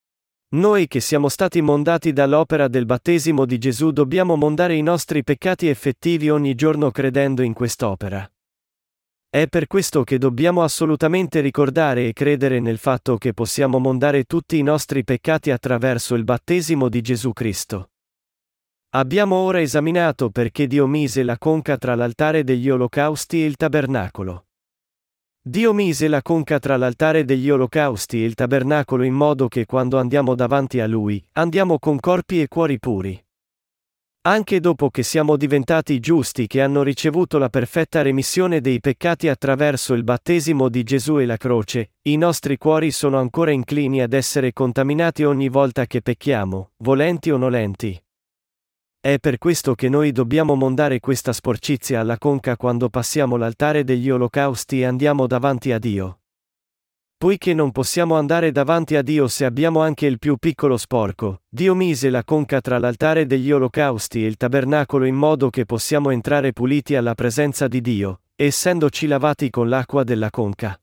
Noi che siamo stati mondati dall'opera del battesimo di Gesù dobbiamo mondare i nostri peccati effettivi ogni giorno credendo in quest'opera. È per questo che dobbiamo assolutamente ricordare e credere nel fatto che possiamo mondare tutti i nostri peccati attraverso il battesimo di Gesù Cristo. Abbiamo ora esaminato perché Dio mise la conca tra l'altare degli olocausti e il tabernacolo. Dio mise la conca tra l'altare degli olocausti e il tabernacolo in modo che quando andiamo davanti a Lui, andiamo con corpi e cuori puri. Anche dopo che siamo diventati giusti che hanno ricevuto la perfetta remissione dei peccati attraverso il battesimo di Gesù e la croce, i nostri cuori sono ancora inclini ad essere contaminati ogni volta che pecchiamo, volenti o nolenti. È per questo che noi dobbiamo mondare questa sporcizia alla conca quando passiamo l'altare degli olocausti e andiamo davanti a Dio. Poiché non possiamo andare davanti a Dio se abbiamo anche il più piccolo sporco, Dio mise la conca tra l'altare degli olocausti e il tabernacolo in modo che possiamo entrare puliti alla presenza di Dio, essendoci lavati con l'acqua della conca.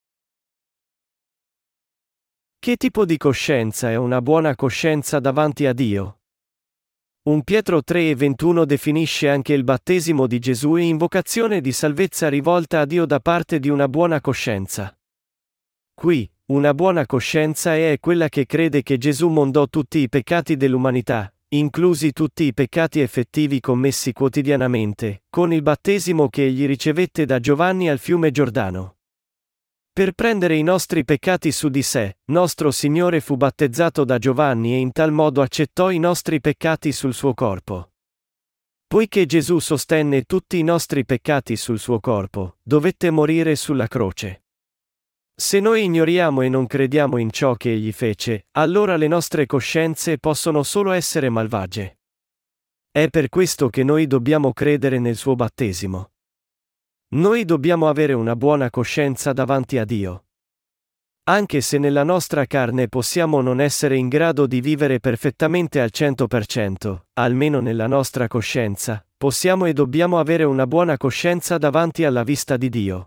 Che tipo di coscienza è una buona coscienza davanti a Dio? Primo Pietro tre e ventuno definisce anche il battesimo di Gesù e invocazione di salvezza rivolta a Dio da parte di una buona coscienza. Qui, una buona coscienza è quella che crede che Gesù mondò tutti i peccati dell'umanità, inclusi tutti i peccati effettivi commessi quotidianamente, con il battesimo che egli ricevette da Giovanni al fiume Giordano. Per prendere i nostri peccati su di sé, nostro Signore fu battezzato da Giovanni e in tal modo accettò i nostri peccati sul suo corpo. Poiché Gesù sostenne tutti i nostri peccati sul suo corpo, dovette morire sulla croce. Se noi ignoriamo e non crediamo in ciò che egli fece, allora le nostre coscienze possono solo essere malvagie. È per questo che noi dobbiamo credere nel suo battesimo. Noi dobbiamo avere una buona coscienza davanti a Dio. Anche se nella nostra carne possiamo non essere in grado di vivere perfettamente al cento per cento, almeno nella nostra coscienza, possiamo e dobbiamo avere una buona coscienza davanti alla vista di Dio.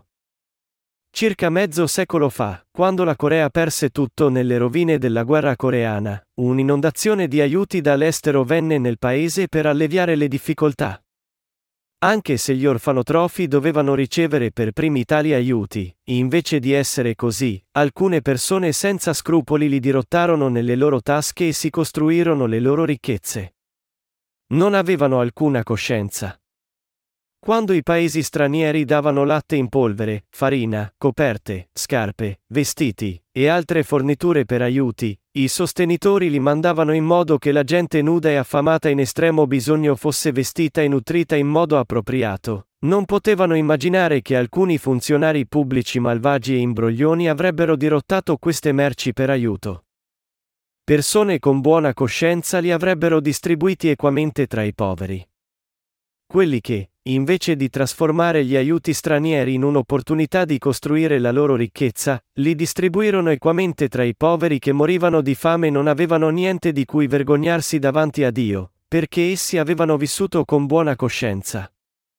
Circa mezzo secolo fa, quando la Corea perse tutto nelle rovine della guerra coreana, un'inondazione di aiuti dall'estero venne nel paese per alleviare le difficoltà. Anche se gli orfanotrofi dovevano ricevere per primi tali aiuti, invece di essere così, alcune persone senza scrupoli li dirottarono nelle loro tasche e si costruirono le loro ricchezze. Non avevano alcuna coscienza. Quando i paesi stranieri davano latte in polvere, farina, coperte, scarpe, vestiti, e altre forniture per aiuti, i sostenitori li mandavano in modo che la gente nuda e affamata in estremo bisogno fosse vestita e nutrita in modo appropriato. Non potevano immaginare che alcuni funzionari pubblici malvagi e imbroglioni avrebbero dirottato queste merci per aiuto. Persone con buona coscienza li avrebbero distribuiti equamente tra i poveri. Quelli che, invece di trasformare gli aiuti stranieri in un'opportunità di costruire la loro ricchezza, li distribuirono equamente tra i poveri che morivano di fame e non avevano niente di cui vergognarsi davanti a Dio, perché essi avevano vissuto con buona coscienza.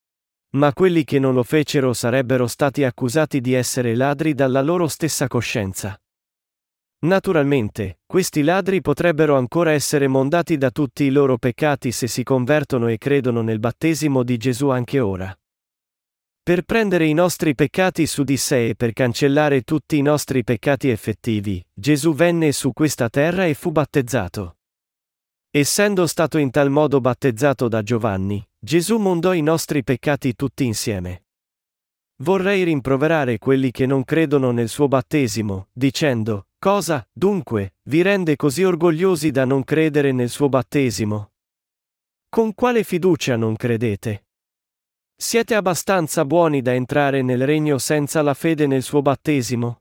Ma quelli che non lo fecero sarebbero stati accusati di essere ladri dalla loro stessa coscienza. Naturalmente, questi ladri potrebbero ancora essere mondati da tutti i loro peccati se si convertono e credono nel battesimo di Gesù anche ora. Per prendere i nostri peccati su di sé e per cancellare tutti i nostri peccati effettivi, Gesù venne su questa terra e fu battezzato. Essendo stato in tal modo battezzato da Giovanni, Gesù mondò i nostri peccati tutti insieme. Vorrei rimproverare quelli che non credono nel suo battesimo, dicendo: cosa, dunque, vi rende così orgogliosi da non credere nel suo battesimo? Con quale fiducia non credete? Siete abbastanza buoni da entrare nel regno senza la fede nel suo battesimo?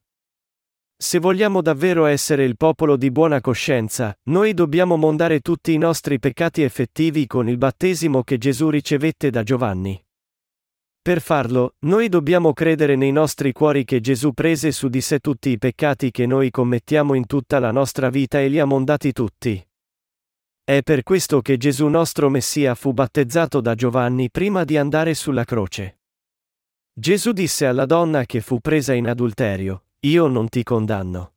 Se vogliamo davvero essere il popolo di buona coscienza, noi dobbiamo mondare tutti i nostri peccati effettivi con il battesimo che Gesù ricevette da Giovanni. Per farlo, noi dobbiamo credere nei nostri cuori che Gesù prese su di sé tutti i peccati che noi commettiamo in tutta la nostra vita e li ha mondati tutti. È per questo che Gesù nostro Messia fu battezzato da Giovanni prima di andare sulla croce. Gesù disse alla donna che fu presa in adulterio: io non ti condanno,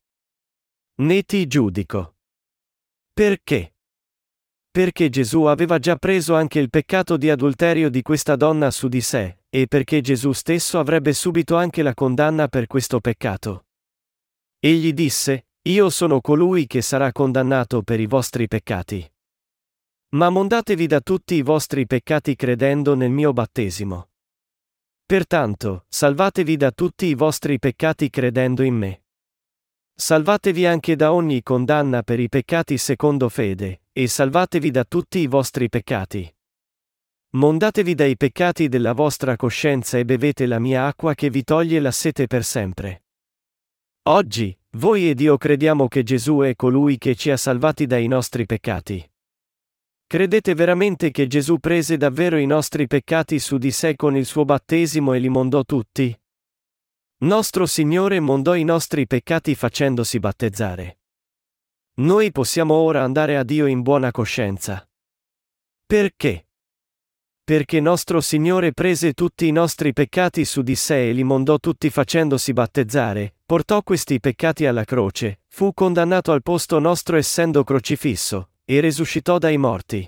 né ti giudico. Perché? Perché Gesù aveva già preso anche il peccato di adulterio di questa donna su di sé, e perché Gesù stesso avrebbe subito anche la condanna per questo peccato. Egli disse: io sono colui che sarà condannato per i vostri peccati. Ma mondatevi da tutti i vostri peccati credendo nel mio battesimo. Pertanto, salvatevi da tutti i vostri peccati credendo in me. Salvatevi anche da ogni condanna per i peccati secondo fede, e salvatevi da tutti i vostri peccati. Mondatevi dai peccati della vostra coscienza e bevete la mia acqua che vi toglie la sete per sempre. Oggi, voi ed io crediamo che Gesù è colui che ci ha salvati dai nostri peccati. Credete veramente che Gesù prese davvero i nostri peccati su di sé con il suo battesimo e li mondò tutti? Nostro Signore mondò i nostri peccati facendosi battezzare. Noi possiamo ora andare a Dio in buona coscienza. Perché? Perché nostro Signore prese tutti i nostri peccati su di sé e li mondò tutti facendosi battezzare, portò questi peccati alla croce, fu condannato al posto nostro essendo crocifisso, e risuscitò dai morti.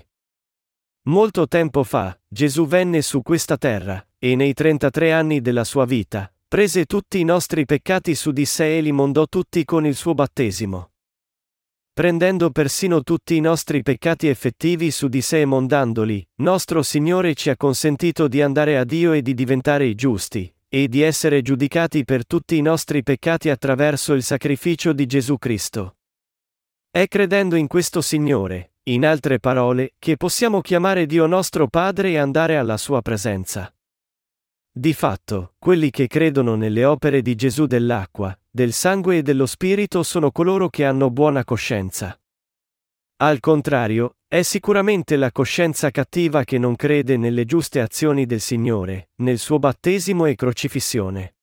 Molto tempo fa, Gesù venne su questa terra, e nei trentatré anni della sua vita, prese tutti i nostri peccati su di sé e li mondò tutti con il suo battesimo. Prendendo persino tutti i nostri peccati effettivi su di sé e mondandoli, nostro Signore ci ha consentito di andare a Dio e di diventare i giusti, e di essere giudicati per tutti i nostri peccati attraverso il sacrificio di Gesù Cristo. È credendo in questo Signore, in altre parole, che possiamo chiamare Dio nostro Padre e andare alla sua presenza. Di fatto, quelli che credono nelle opere di Gesù dell'acqua, del sangue e dello Spirito sono coloro che hanno buona coscienza. Al contrario, è sicuramente la coscienza cattiva che non crede nelle giuste azioni del Signore, nel suo battesimo e crocifissione.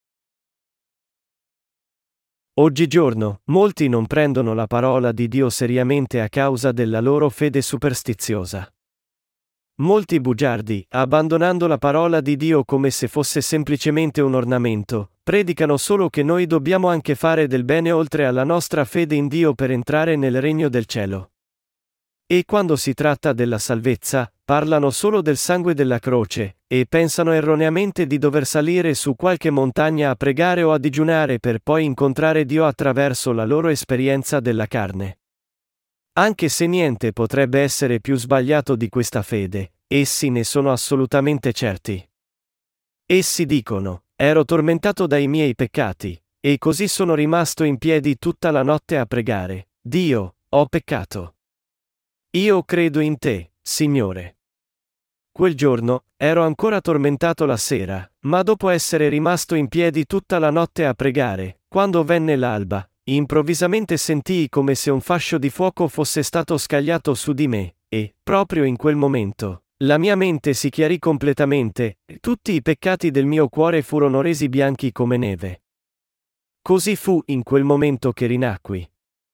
Oggigiorno, molti non prendono la parola di Dio seriamente a causa della loro fede superstiziosa. Molti bugiardi, abbandonando la parola di Dio come se fosse semplicemente un ornamento, predicano solo che noi dobbiamo anche fare del bene oltre alla nostra fede in Dio per entrare nel regno del cielo. E quando si tratta della salvezza, parlano solo del sangue della croce, e pensano erroneamente di dover salire su qualche montagna a pregare o a digiunare per poi incontrare Dio attraverso la loro esperienza della carne. Anche se niente potrebbe essere più sbagliato di questa fede, essi ne sono assolutamente certi. Essi dicono: ero tormentato dai miei peccati, e così sono rimasto in piedi tutta la notte a pregare: Dio, ho peccato. Io credo in te, Signore. Quel giorno, ero ancora tormentato la sera, ma dopo essere rimasto in piedi tutta la notte a pregare, quando venne l'alba, improvvisamente sentii come se un fascio di fuoco fosse stato scagliato su di me, e, proprio in quel momento, la mia mente si chiarì completamente, e tutti i peccati del mio cuore furono resi bianchi come neve. Così fu in quel momento che rinacqui.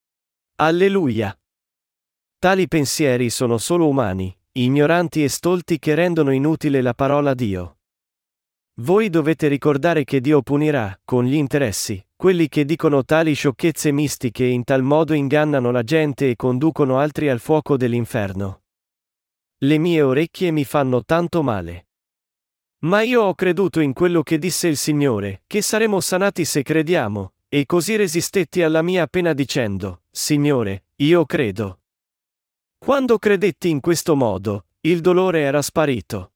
Alleluia! Tali pensieri sono solo umani, ignoranti e stolti che rendono inutile la parola Dio. Voi dovete ricordare che Dio punirà, con gli interessi, quelli che dicono tali sciocchezze mistiche e in tal modo ingannano la gente e conducono altri al fuoco dell'inferno. Le mie orecchie mi fanno tanto male. Ma io ho creduto in quello che disse il Signore, che saremo sanati se crediamo, e così resistetti alla mia pena dicendo: Signore, io credo. Quando credetti in questo modo, il dolore era sparito.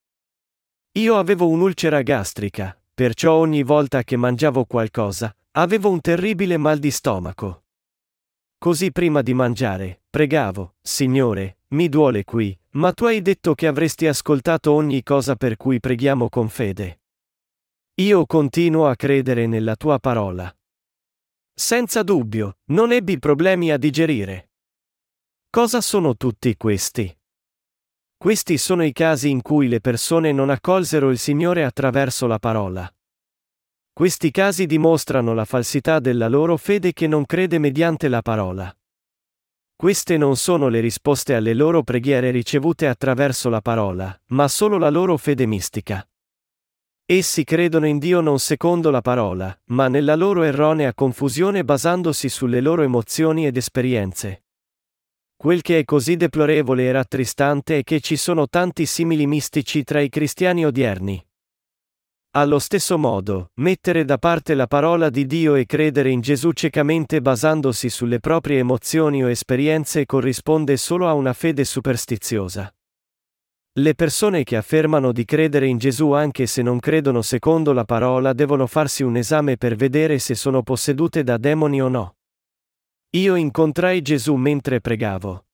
Io avevo un'ulcera gastrica, perciò ogni volta che mangiavo qualcosa, avevo un terribile mal di stomaco. Così prima di mangiare, pregavo: Signore, mi duole qui, ma tu hai detto che avresti ascoltato ogni cosa per cui preghiamo con fede. Io continuo a credere nella tua parola. Senza dubbio, non ebbi problemi a digerire. Cosa sono tutti questi? Questi sono i casi in cui le persone non accolsero il Signore attraverso la parola. Questi casi dimostrano la falsità della loro fede che non crede mediante la parola. Queste non sono le risposte alle loro preghiere ricevute attraverso la parola, ma solo la loro fede mistica. Essi credono in Dio non secondo la parola, ma nella loro erronea confusione basandosi sulle loro emozioni ed esperienze. Quel che è così deplorevole e rattristante è che ci sono tanti simili mistici tra i cristiani odierni. Allo stesso modo, mettere da parte la parola di Dio e credere in Gesù ciecamente basandosi sulle proprie emozioni o esperienze corrisponde solo a una fede superstiziosa. Le persone che affermano di credere in Gesù anche se non credono secondo la parola devono farsi un esame per vedere se sono possedute da demoni o no. Io incontrai Gesù mentre pregavo.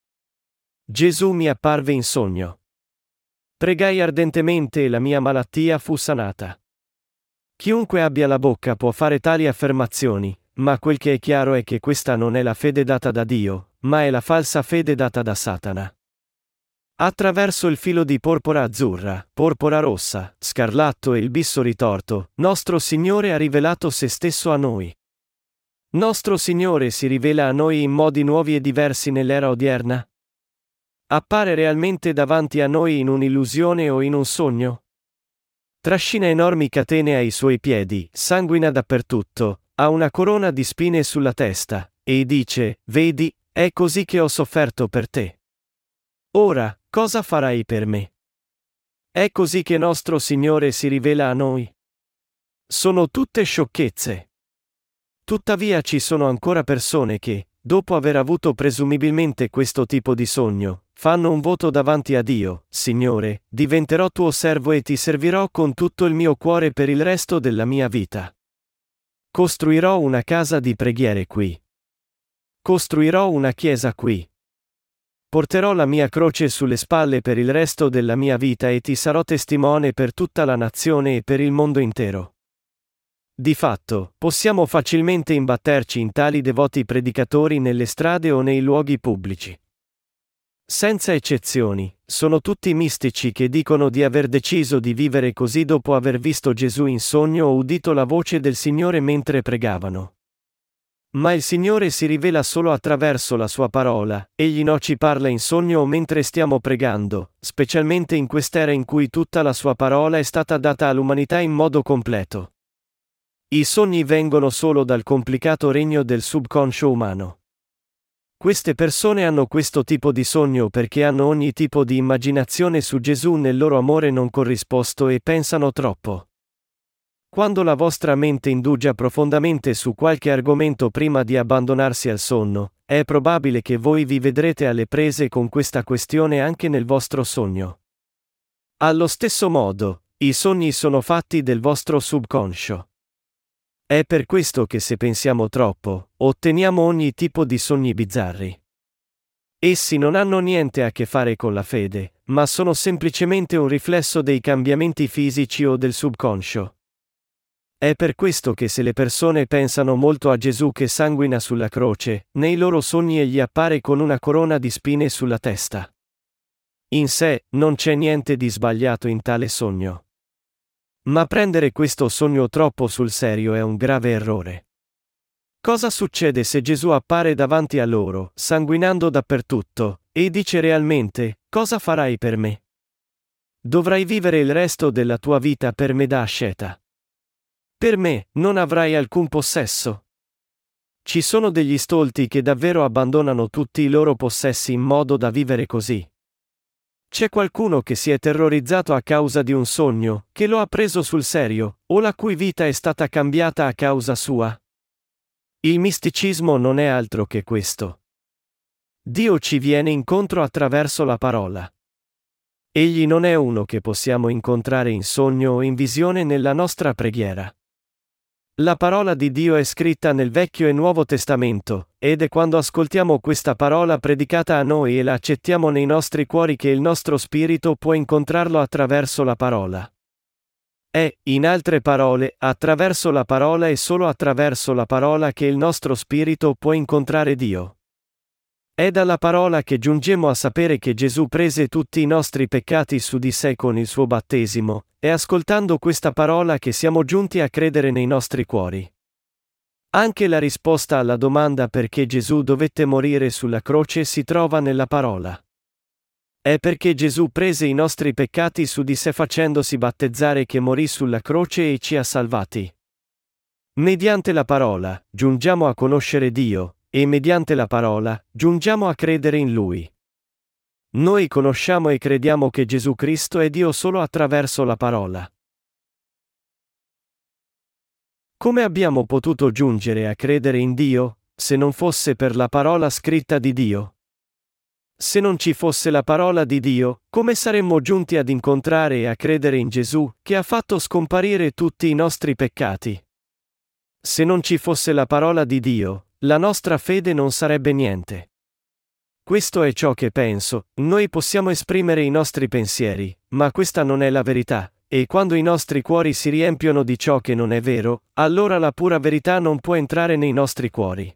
Gesù mi apparve in sogno. Pregai ardentemente e la mia malattia fu sanata. Chiunque abbia la bocca può fare tali affermazioni, ma quel che è chiaro è che questa non è la fede data da Dio, ma è la falsa fede data da Satana. Attraverso il filo di porpora azzurra, porpora rossa, scarlatto e il bisso ritorto, nostro Signore ha rivelato se stesso a noi. Nostro Signore si rivela a noi in modi nuovi e diversi nell'era odierna? Appare realmente davanti a noi in un'illusione o in un sogno? Trascina enormi catene ai suoi piedi, sanguina dappertutto, ha una corona di spine sulla testa, e dice: Vedi, è così che ho sofferto per te. Ora, cosa farai per me? È così che nostro Signore si rivela a noi? Sono tutte sciocchezze. Tuttavia ci sono ancora persone che, dopo aver avuto presumibilmente questo tipo di sogno, fanno un voto davanti a Dio: Signore, diventerò tuo servo e ti servirò con tutto il mio cuore per il resto della mia vita. Costruirò una casa di preghiere qui. Costruirò una chiesa qui. Porterò la mia croce sulle spalle per il resto della mia vita e ti sarò testimone per tutta la nazione e per il mondo intero. Di fatto, possiamo facilmente imbatterci in tali devoti predicatori nelle strade o nei luoghi pubblici. Senza eccezioni, sono tutti mistici che dicono di aver deciso di vivere così dopo aver visto Gesù in sogno o udito la voce del Signore mentre pregavano. Ma il Signore si rivela solo attraverso la sua parola, egli non ci parla in sogno o mentre stiamo pregando, specialmente in quest'era in cui tutta la sua parola è stata data all'umanità in modo completo. I sogni vengono solo dal complicato regno del subconscio umano. Queste persone hanno questo tipo di sogno perché hanno ogni tipo di immaginazione su Gesù nel loro amore non corrisposto e pensano troppo. Quando la vostra mente indugia profondamente su qualche argomento prima di abbandonarsi al sonno, è probabile che voi vi vedrete alle prese con questa questione anche nel vostro sogno. Allo stesso modo, i sogni sono fatti del vostro subconscio. È per questo che se pensiamo troppo, otteniamo ogni tipo di sogni bizzarri. Essi non hanno niente a che fare con la fede, ma sono semplicemente un riflesso dei cambiamenti fisici o del subconscio. È per questo che se le persone pensano molto a Gesù che sanguina sulla croce, nei loro sogni egli appare con una corona di spine sulla testa. In sé, non c'è niente di sbagliato in tale sogno. Ma prendere questo sogno troppo sul serio è un grave errore. Cosa succede se Gesù appare davanti a loro, sanguinando dappertutto, e dice realmente: "Cosa farai per me? Dovrai vivere il resto della tua vita per me da asceta. Per me, non avrai alcun possesso." Ci sono degli stolti che davvero abbandonano tutti i loro possessi in modo da vivere così. C'è qualcuno che si è terrorizzato a causa di un sogno, che lo ha preso sul serio, o la cui vita è stata cambiata a causa sua? Il misticismo non è altro che questo. Dio ci viene incontro attraverso la parola. Egli non è uno che possiamo incontrare in sogno o in visione nella nostra preghiera. La parola di Dio è scritta nel Vecchio e Nuovo Testamento, ed è quando ascoltiamo questa parola predicata a noi e la accettiamo nei nostri cuori che il nostro spirito può incontrarlo attraverso la parola. È, in altre parole, attraverso la parola e solo attraverso la parola che il nostro spirito può incontrare Dio. È dalla parola che giungemmo a sapere che Gesù prese tutti i nostri peccati su di sé con il suo battesimo, è ascoltando questa parola che siamo giunti a credere nei nostri cuori. Anche la risposta alla domanda perché Gesù dovette morire sulla croce si trova nella parola. È perché Gesù prese i nostri peccati su di sé facendosi battezzare che morì sulla croce e ci ha salvati. Mediante la parola, giungiamo a conoscere Dio, e mediante la parola, giungiamo a credere in Lui. Noi conosciamo e crediamo che Gesù Cristo è Dio solo attraverso la parola. Come abbiamo potuto giungere a credere in Dio, se non fosse per la parola scritta di Dio? Se non ci fosse la parola di Dio, come saremmo giunti ad incontrare e a credere in Gesù, che ha fatto scomparire tutti i nostri peccati? Se non ci fosse la parola di Dio, la nostra fede non sarebbe niente. Questo è ciò che penso, noi possiamo esprimere i nostri pensieri, ma questa non è la verità, e quando i nostri cuori si riempiono di ciò che non è vero, allora la pura verità non può entrare nei nostri cuori.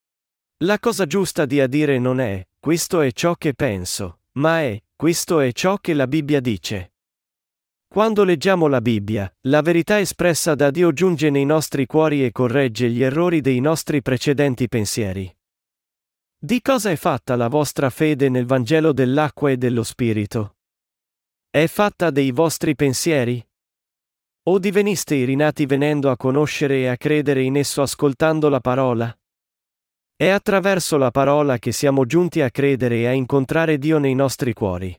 La cosa giusta di dire non è: "Questo è ciò che penso", ma è: "Questo è ciò che la Bibbia dice". Quando leggiamo la Bibbia, la verità espressa da Dio giunge nei nostri cuori e corregge gli errori dei nostri precedenti pensieri. Di cosa è fatta la vostra fede nel Vangelo dell'acqua e dello Spirito? È fatta dei vostri pensieri? O diveniste i rinati venendo a conoscere e a credere in esso ascoltando la parola? È attraverso la parola che siamo giunti a credere e a incontrare Dio nei nostri cuori.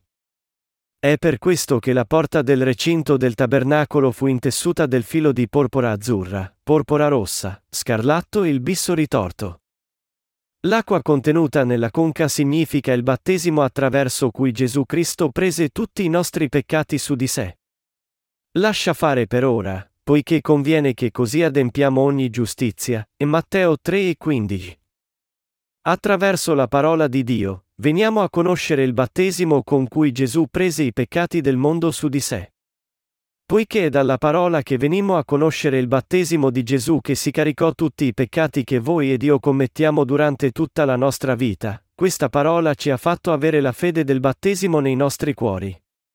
È per questo che la porta del recinto del tabernacolo fu intessuta del filo di porpora azzurra, porpora rossa, scarlatto e il bisso ritorto. L'acqua contenuta nella conca significa il battesimo attraverso cui Gesù Cristo prese tutti i nostri peccati su di sé. Lascia fare per ora, poiché conviene che così adempiamo ogni giustizia, e Matteo tre e quindici. Attraverso la parola di Dio, veniamo a conoscere il battesimo con cui Gesù prese i peccati del mondo su di sé. Poiché è dalla parola che venimmo a conoscere il battesimo di Gesù che si caricò tutti i peccati che voi ed io commettiamo durante tutta la nostra vita, questa parola ci ha fatto avere la fede del battesimo nei nostri cuori.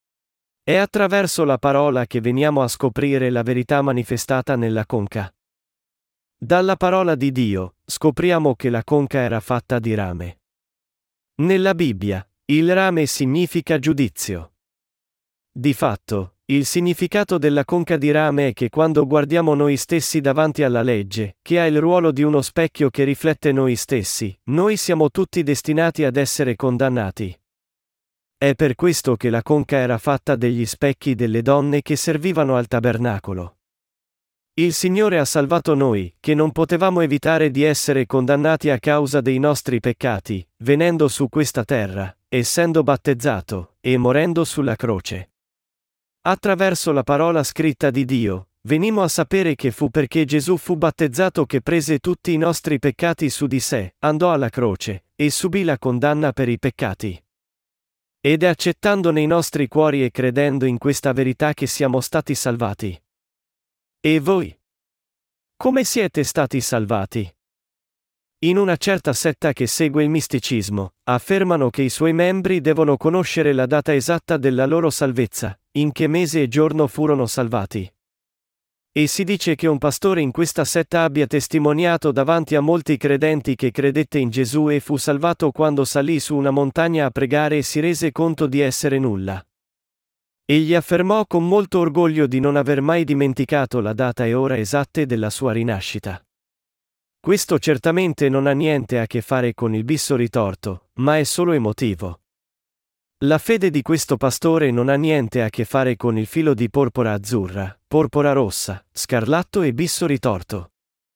È attraverso la parola che veniamo a scoprire la verità manifestata nella conca. Dalla parola di Dio, scopriamo che la conca era fatta di rame. Nella Bibbia, il rame significa giudizio. Di fatto, il significato della conca di rame è che quando guardiamo noi stessi davanti alla legge, che ha il ruolo di uno specchio che riflette noi stessi, noi siamo tutti destinati ad essere condannati. È per questo che la conca era fatta degli specchi delle donne che servivano al tabernacolo. Il Signore ha salvato noi, che non potevamo evitare di essere condannati a causa dei nostri peccati, venendo su questa terra, essendo battezzato, e morendo sulla croce. Attraverso la parola scritta di Dio, venimmo a sapere che fu perché Gesù fu battezzato che prese tutti i nostri peccati su di sé, andò alla croce, e subì la condanna per i peccati. Ed è accettando nei nostri cuori e credendo in questa verità che siamo stati salvati. E voi? Come siete stati salvati? In una certa setta che segue il misticismo, affermano che i suoi membri devono conoscere la data esatta della loro salvezza, in che mese e giorno furono salvati. E si dice che un pastore in questa setta abbia testimoniato davanti a molti credenti che credette in Gesù e fu salvato quando salì su una montagna a pregare e si rese conto di essere nulla. Egli affermò con molto orgoglio di non aver mai dimenticato la data e ora esatte della sua rinascita. Questo certamente non ha niente a che fare con il bisso ritorto, ma è solo emotivo. La fede di questo pastore non ha niente a che fare con il filo di porpora azzurra, porpora rossa, scarlatto e bisso ritorto.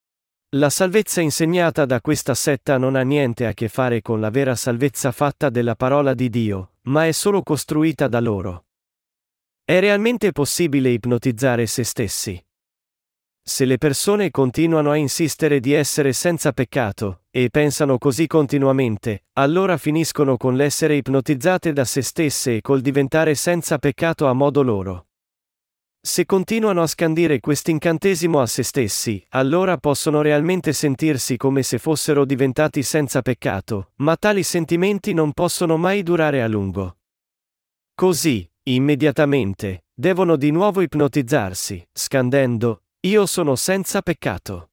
La salvezza insegnata da questa setta non ha niente a che fare con la vera salvezza fatta della parola di Dio, ma è solo costruita da loro. È realmente possibile ipnotizzare se stessi? Se le persone continuano a insistere di essere senza peccato, e pensano così continuamente, allora finiscono con l'essere ipnotizzate da se stesse e col diventare senza peccato a modo loro. Se continuano a scandire quest'incantesimo a se stessi, allora possono realmente sentirsi come se fossero diventati senza peccato, ma tali sentimenti non possono mai durare a lungo. Così, immediatamente, devono di nuovo ipnotizzarsi, scandendo: io sono senza peccato.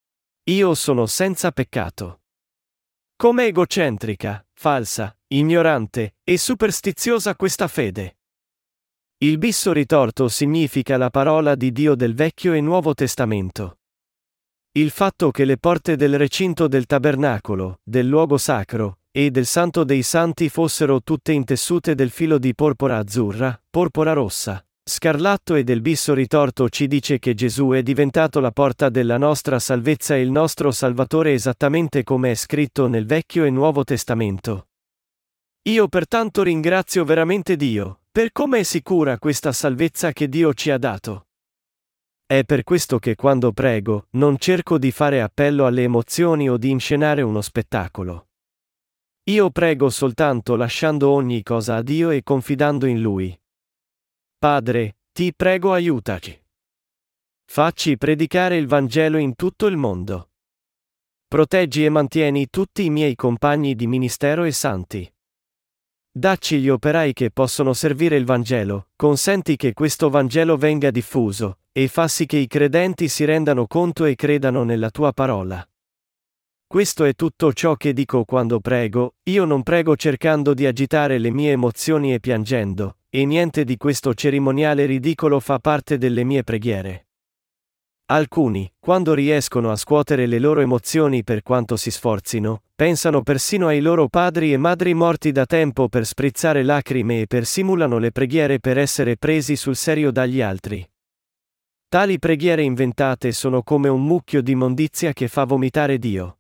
Io sono senza peccato. Com'è egocentrica, falsa, ignorante e superstiziosa questa fede. Il bisso ritorto significa la parola di Dio del Vecchio e Nuovo Testamento. Il fatto che le porte del recinto del tabernacolo, del luogo sacro, e del Santo dei Santi fossero tutte intessute del filo di porpora azzurra, porpora rossa, scarlatto e del bisso ritorto ci dice che Gesù è diventato la porta della nostra salvezza e il nostro Salvatore esattamente come è scritto nel Vecchio e Nuovo Testamento. Io pertanto ringrazio veramente Dio, per come è sicura questa salvezza che Dio ci ha dato. È per questo che quando prego, non cerco di fare appello alle emozioni o di inscenare uno spettacolo. Io prego soltanto lasciando ogni cosa a Dio e confidando in Lui. Padre, ti prego aiutaci. Facci predicare il Vangelo in tutto il mondo. Proteggi e mantieni tutti i miei compagni di ministero e santi. Dacci gli operai che possono servire il Vangelo, consenti che questo Vangelo venga diffuso, e fa sì che i credenti si rendano conto e credano nella tua parola. Questo è tutto ciò che dico quando prego, io non prego cercando di agitare le mie emozioni e piangendo, e niente di questo cerimoniale ridicolo fa parte delle mie preghiere. Alcuni, quando riescono a scuotere le loro emozioni per quanto si sforzino, pensano persino ai loro padri e madri morti da tempo per sprizzare lacrime e persimulano le preghiere per essere presi sul serio dagli altri. Tali preghiere inventate sono come un mucchio di immondizia che fa vomitare Dio.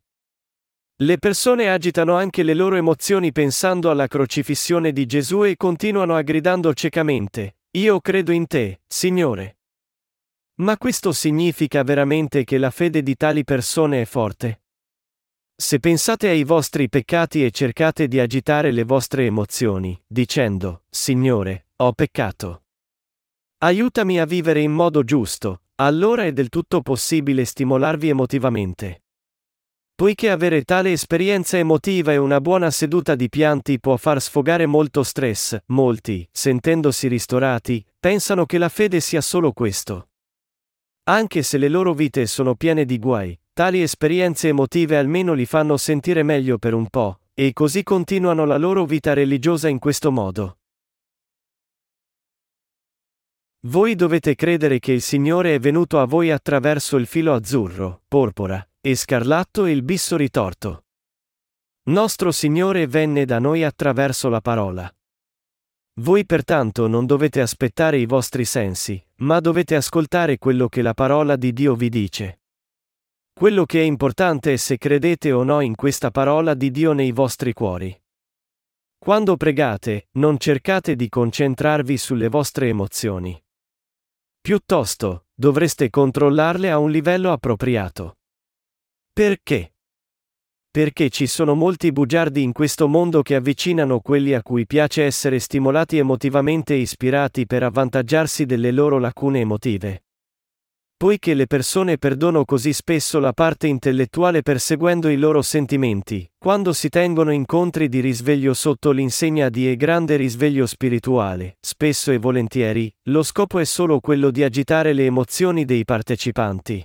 Le persone agitano anche le loro emozioni pensando alla crocifissione di Gesù e continuano a gridando ciecamente: io credo in te, Signore. Ma questo significa veramente che la fede di tali persone è forte? Se pensate ai vostri peccati e cercate di agitare le vostre emozioni, dicendo: Signore, ho peccato. Aiutami a vivere in modo giusto, allora è del tutto possibile stimolarvi emotivamente. Poiché avere tale esperienza emotiva e una buona seduta di pianti può far sfogare molto stress, molti, sentendosi ristorati, pensano che la fede sia solo questo. Anche se le loro vite sono piene di guai, tali esperienze emotive almeno li fanno sentire meglio per un po', e così continuano la loro vita religiosa in questo modo. Voi dovete credere che il Signore è venuto a voi attraverso il filo azzurro, porpora e scarlatto e il bisso ritorto. Nostro Signore venne da noi attraverso la parola. Voi pertanto non dovete aspettare i vostri sensi, ma dovete ascoltare quello che la parola di Dio vi dice. Quello che è importante è se credete o no in questa parola di Dio nei vostri cuori. Quando pregate, non cercate di concentrarvi sulle vostre emozioni. Piuttosto, dovreste controllarle a un livello appropriato. Perché? Perché ci sono molti bugiardi in questo mondo che avvicinano quelli a cui piace essere stimolati emotivamente e ispirati per avvantaggiarsi delle loro lacune emotive. Poiché le persone perdono così spesso la parte intellettuale perseguendo i loro sentimenti, quando si tengono incontri di risveglio sotto l'insegna di e grande risveglio spirituale, spesso e volentieri, lo scopo è solo quello di agitare le emozioni dei partecipanti.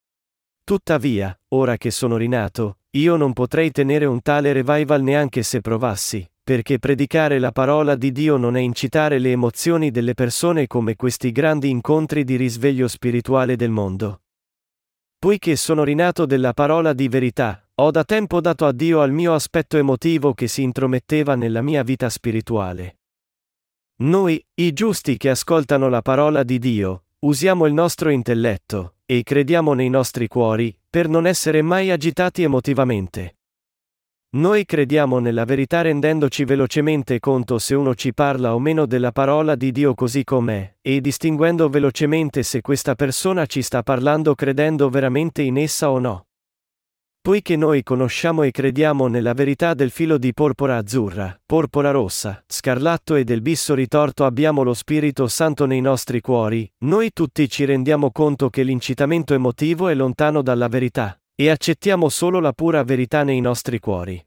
Tuttavia, ora che sono rinato, io non potrei tenere un tale revival neanche se provassi, perché predicare la parola di Dio non è incitare le emozioni delle persone come questi grandi incontri di risveglio spirituale del mondo. Poiché sono rinato della parola di verità, ho da tempo dato a Dio al mio aspetto emotivo che si intrometteva nella mia vita spirituale. Noi, i giusti che ascoltano la parola di Dio, usiamo il nostro intelletto, e crediamo nei nostri cuori, per non essere mai agitati emotivamente. Noi crediamo nella verità rendendoci velocemente conto se uno ci parla o meno della parola di Dio così com'è, e distinguendo velocemente se questa persona ci sta parlando credendo veramente in essa o no. Poiché noi conosciamo e crediamo nella verità del filo di porpora azzurra, porpora rossa, scarlatto e del bisso ritorto abbiamo lo Spirito Santo nei nostri cuori, noi tutti ci rendiamo conto che l'incitamento emotivo è lontano dalla verità. E accettiamo solo la pura verità nei nostri cuori.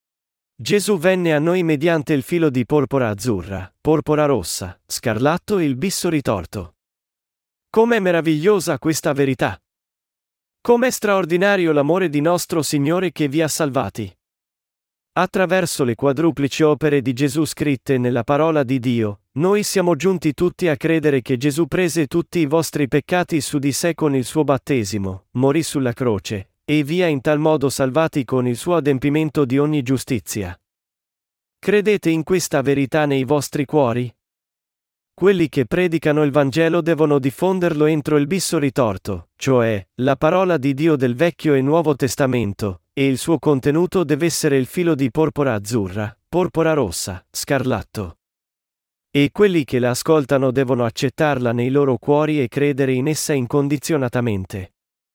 Gesù venne a noi mediante il filo di porpora azzurra, porpora rossa, scarlatto e il bisso ritorto. Com'è meravigliosa questa verità! Com'è straordinario l'amore di nostro Signore che vi ha salvati! Attraverso le quadruplici opere di Gesù scritte nella parola di Dio, noi siamo giunti tutti a credere che Gesù prese tutti i vostri peccati su di sé con il suo battesimo, morì sulla croce, e vi ha in tal modo salvati con il suo adempimento di ogni giustizia. Credete in questa verità nei vostri cuori? Quelli che predicano il Vangelo devono diffonderlo entro il bisso ritorto, cioè, la parola di Dio del Vecchio e Nuovo Testamento, e il suo contenuto deve essere il filo di porpora azzurra, porpora rossa, scarlatto. E quelli che la ascoltano devono accettarla nei loro cuori e credere in essa incondizionatamente.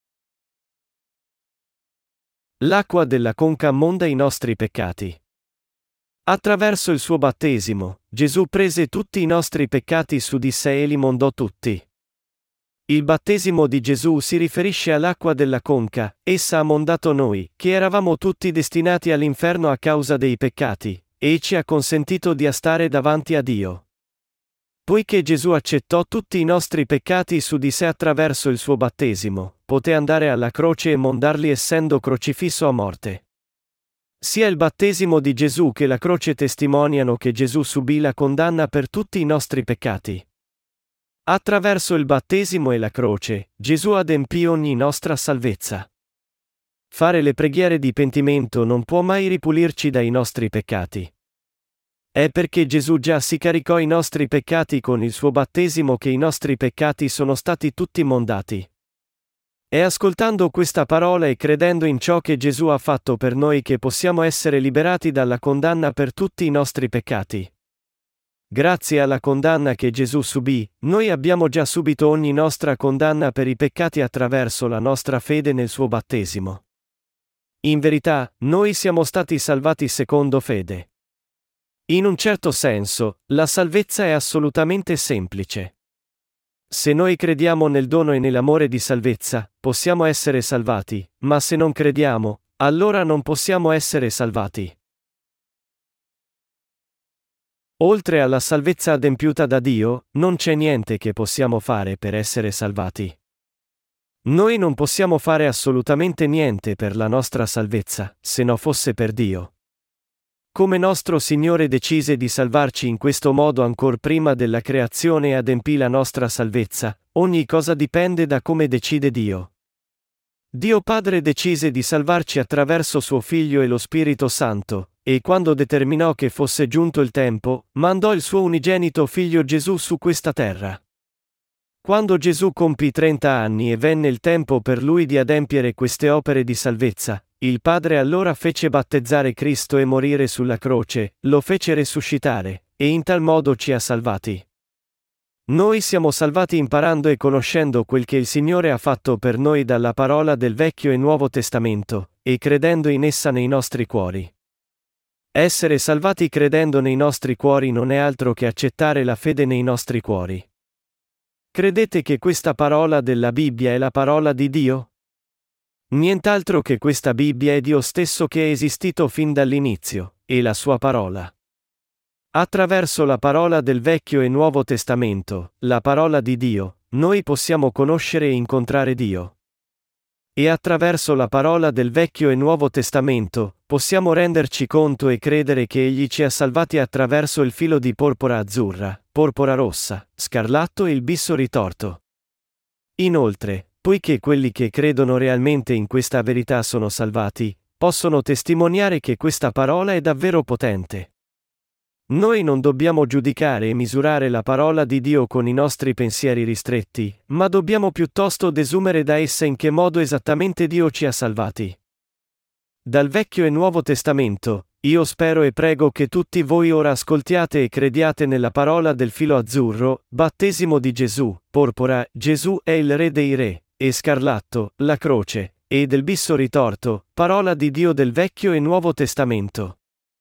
L'acqua della conca ammonda i nostri peccati. Attraverso il suo battesimo, Gesù prese tutti i nostri peccati su di sé e li mondò tutti. Il battesimo di Gesù si riferisce all'acqua della conca, essa ha mondato noi, che eravamo tutti destinati all'inferno a causa dei peccati, e ci ha consentito di stare davanti a Dio. Poiché Gesù accettò tutti i nostri peccati su di sé attraverso il suo battesimo, poté andare alla croce e mondarli essendo crocifisso a morte. Sia il battesimo di Gesù che la croce testimoniano che Gesù subì la condanna per tutti i nostri peccati. Attraverso il battesimo e la croce, Gesù adempì ogni nostra salvezza. Fare le preghiere di pentimento non può mai ripulirci dai nostri peccati. È perché Gesù già si caricò i nostri peccati con il suo battesimo che i nostri peccati sono stati tutti mondati. È ascoltando questa parola e credendo in ciò che Gesù ha fatto per noi che possiamo essere liberati dalla condanna per tutti i nostri peccati. Grazie alla condanna che Gesù subì, noi abbiamo già subito ogni nostra condanna per i peccati attraverso la nostra fede nel suo battesimo. In verità, noi siamo stati salvati secondo fede. In un certo senso, la salvezza è assolutamente semplice. Se noi crediamo nel dono e nell'amore di salvezza, possiamo essere salvati, ma se non crediamo, allora non possiamo essere salvati. Oltre alla salvezza adempiuta da Dio, non c'è niente che possiamo fare per essere salvati. Noi non possiamo fare assolutamente niente per la nostra salvezza, se no fosse per Dio. Come nostro Signore decise di salvarci in questo modo ancor prima della creazione e adempì la nostra salvezza, ogni cosa dipende da come decide Dio. Dio Padre decise di salvarci attraverso suo Figlio e lo Spirito Santo, e quando determinò che fosse giunto il tempo, mandò il suo unigenito Figlio Gesù su questa terra. Quando Gesù compì trenta anni e venne il tempo per lui di adempiere queste opere di salvezza, il Padre allora fece battezzare Cristo e morire sulla croce, lo fece resuscitare, e in tal modo ci ha salvati. Noi siamo salvati imparando e conoscendo quel che il Signore ha fatto per noi dalla parola del Vecchio e Nuovo Testamento, e credendo in essa nei nostri cuori. Essere salvati credendo nei nostri cuori non è altro che accettare la fede nei nostri cuori. Credete che questa parola della Bibbia è la parola di Dio? Nient'altro che questa Bibbia è Dio stesso che è esistito fin dall'inizio, e la sua parola. Attraverso la parola del Vecchio e Nuovo Testamento, la parola di Dio, noi possiamo conoscere e incontrare Dio. E attraverso la parola del Vecchio e Nuovo Testamento, possiamo renderci conto e credere che Egli ci ha salvati attraverso il filo di porpora azzurra, porpora rossa, scarlatto e il bisso ritorto. Inoltre, poiché quelli che credono realmente in questa verità sono salvati, possono testimoniare che questa parola è davvero potente. Noi non dobbiamo giudicare e misurare la parola di Dio con i nostri pensieri ristretti, ma dobbiamo piuttosto desumere da essa in che modo esattamente Dio ci ha salvati. Dal Vecchio e Nuovo Testamento, io spero e prego che tutti voi ora ascoltiate e crediate nella parola del filo azzurro, battesimo di Gesù, porpora, Gesù è il Re dei Re, e scarlatto, la croce, e del bisso ritorto, parola di Dio del Vecchio e Nuovo Testamento.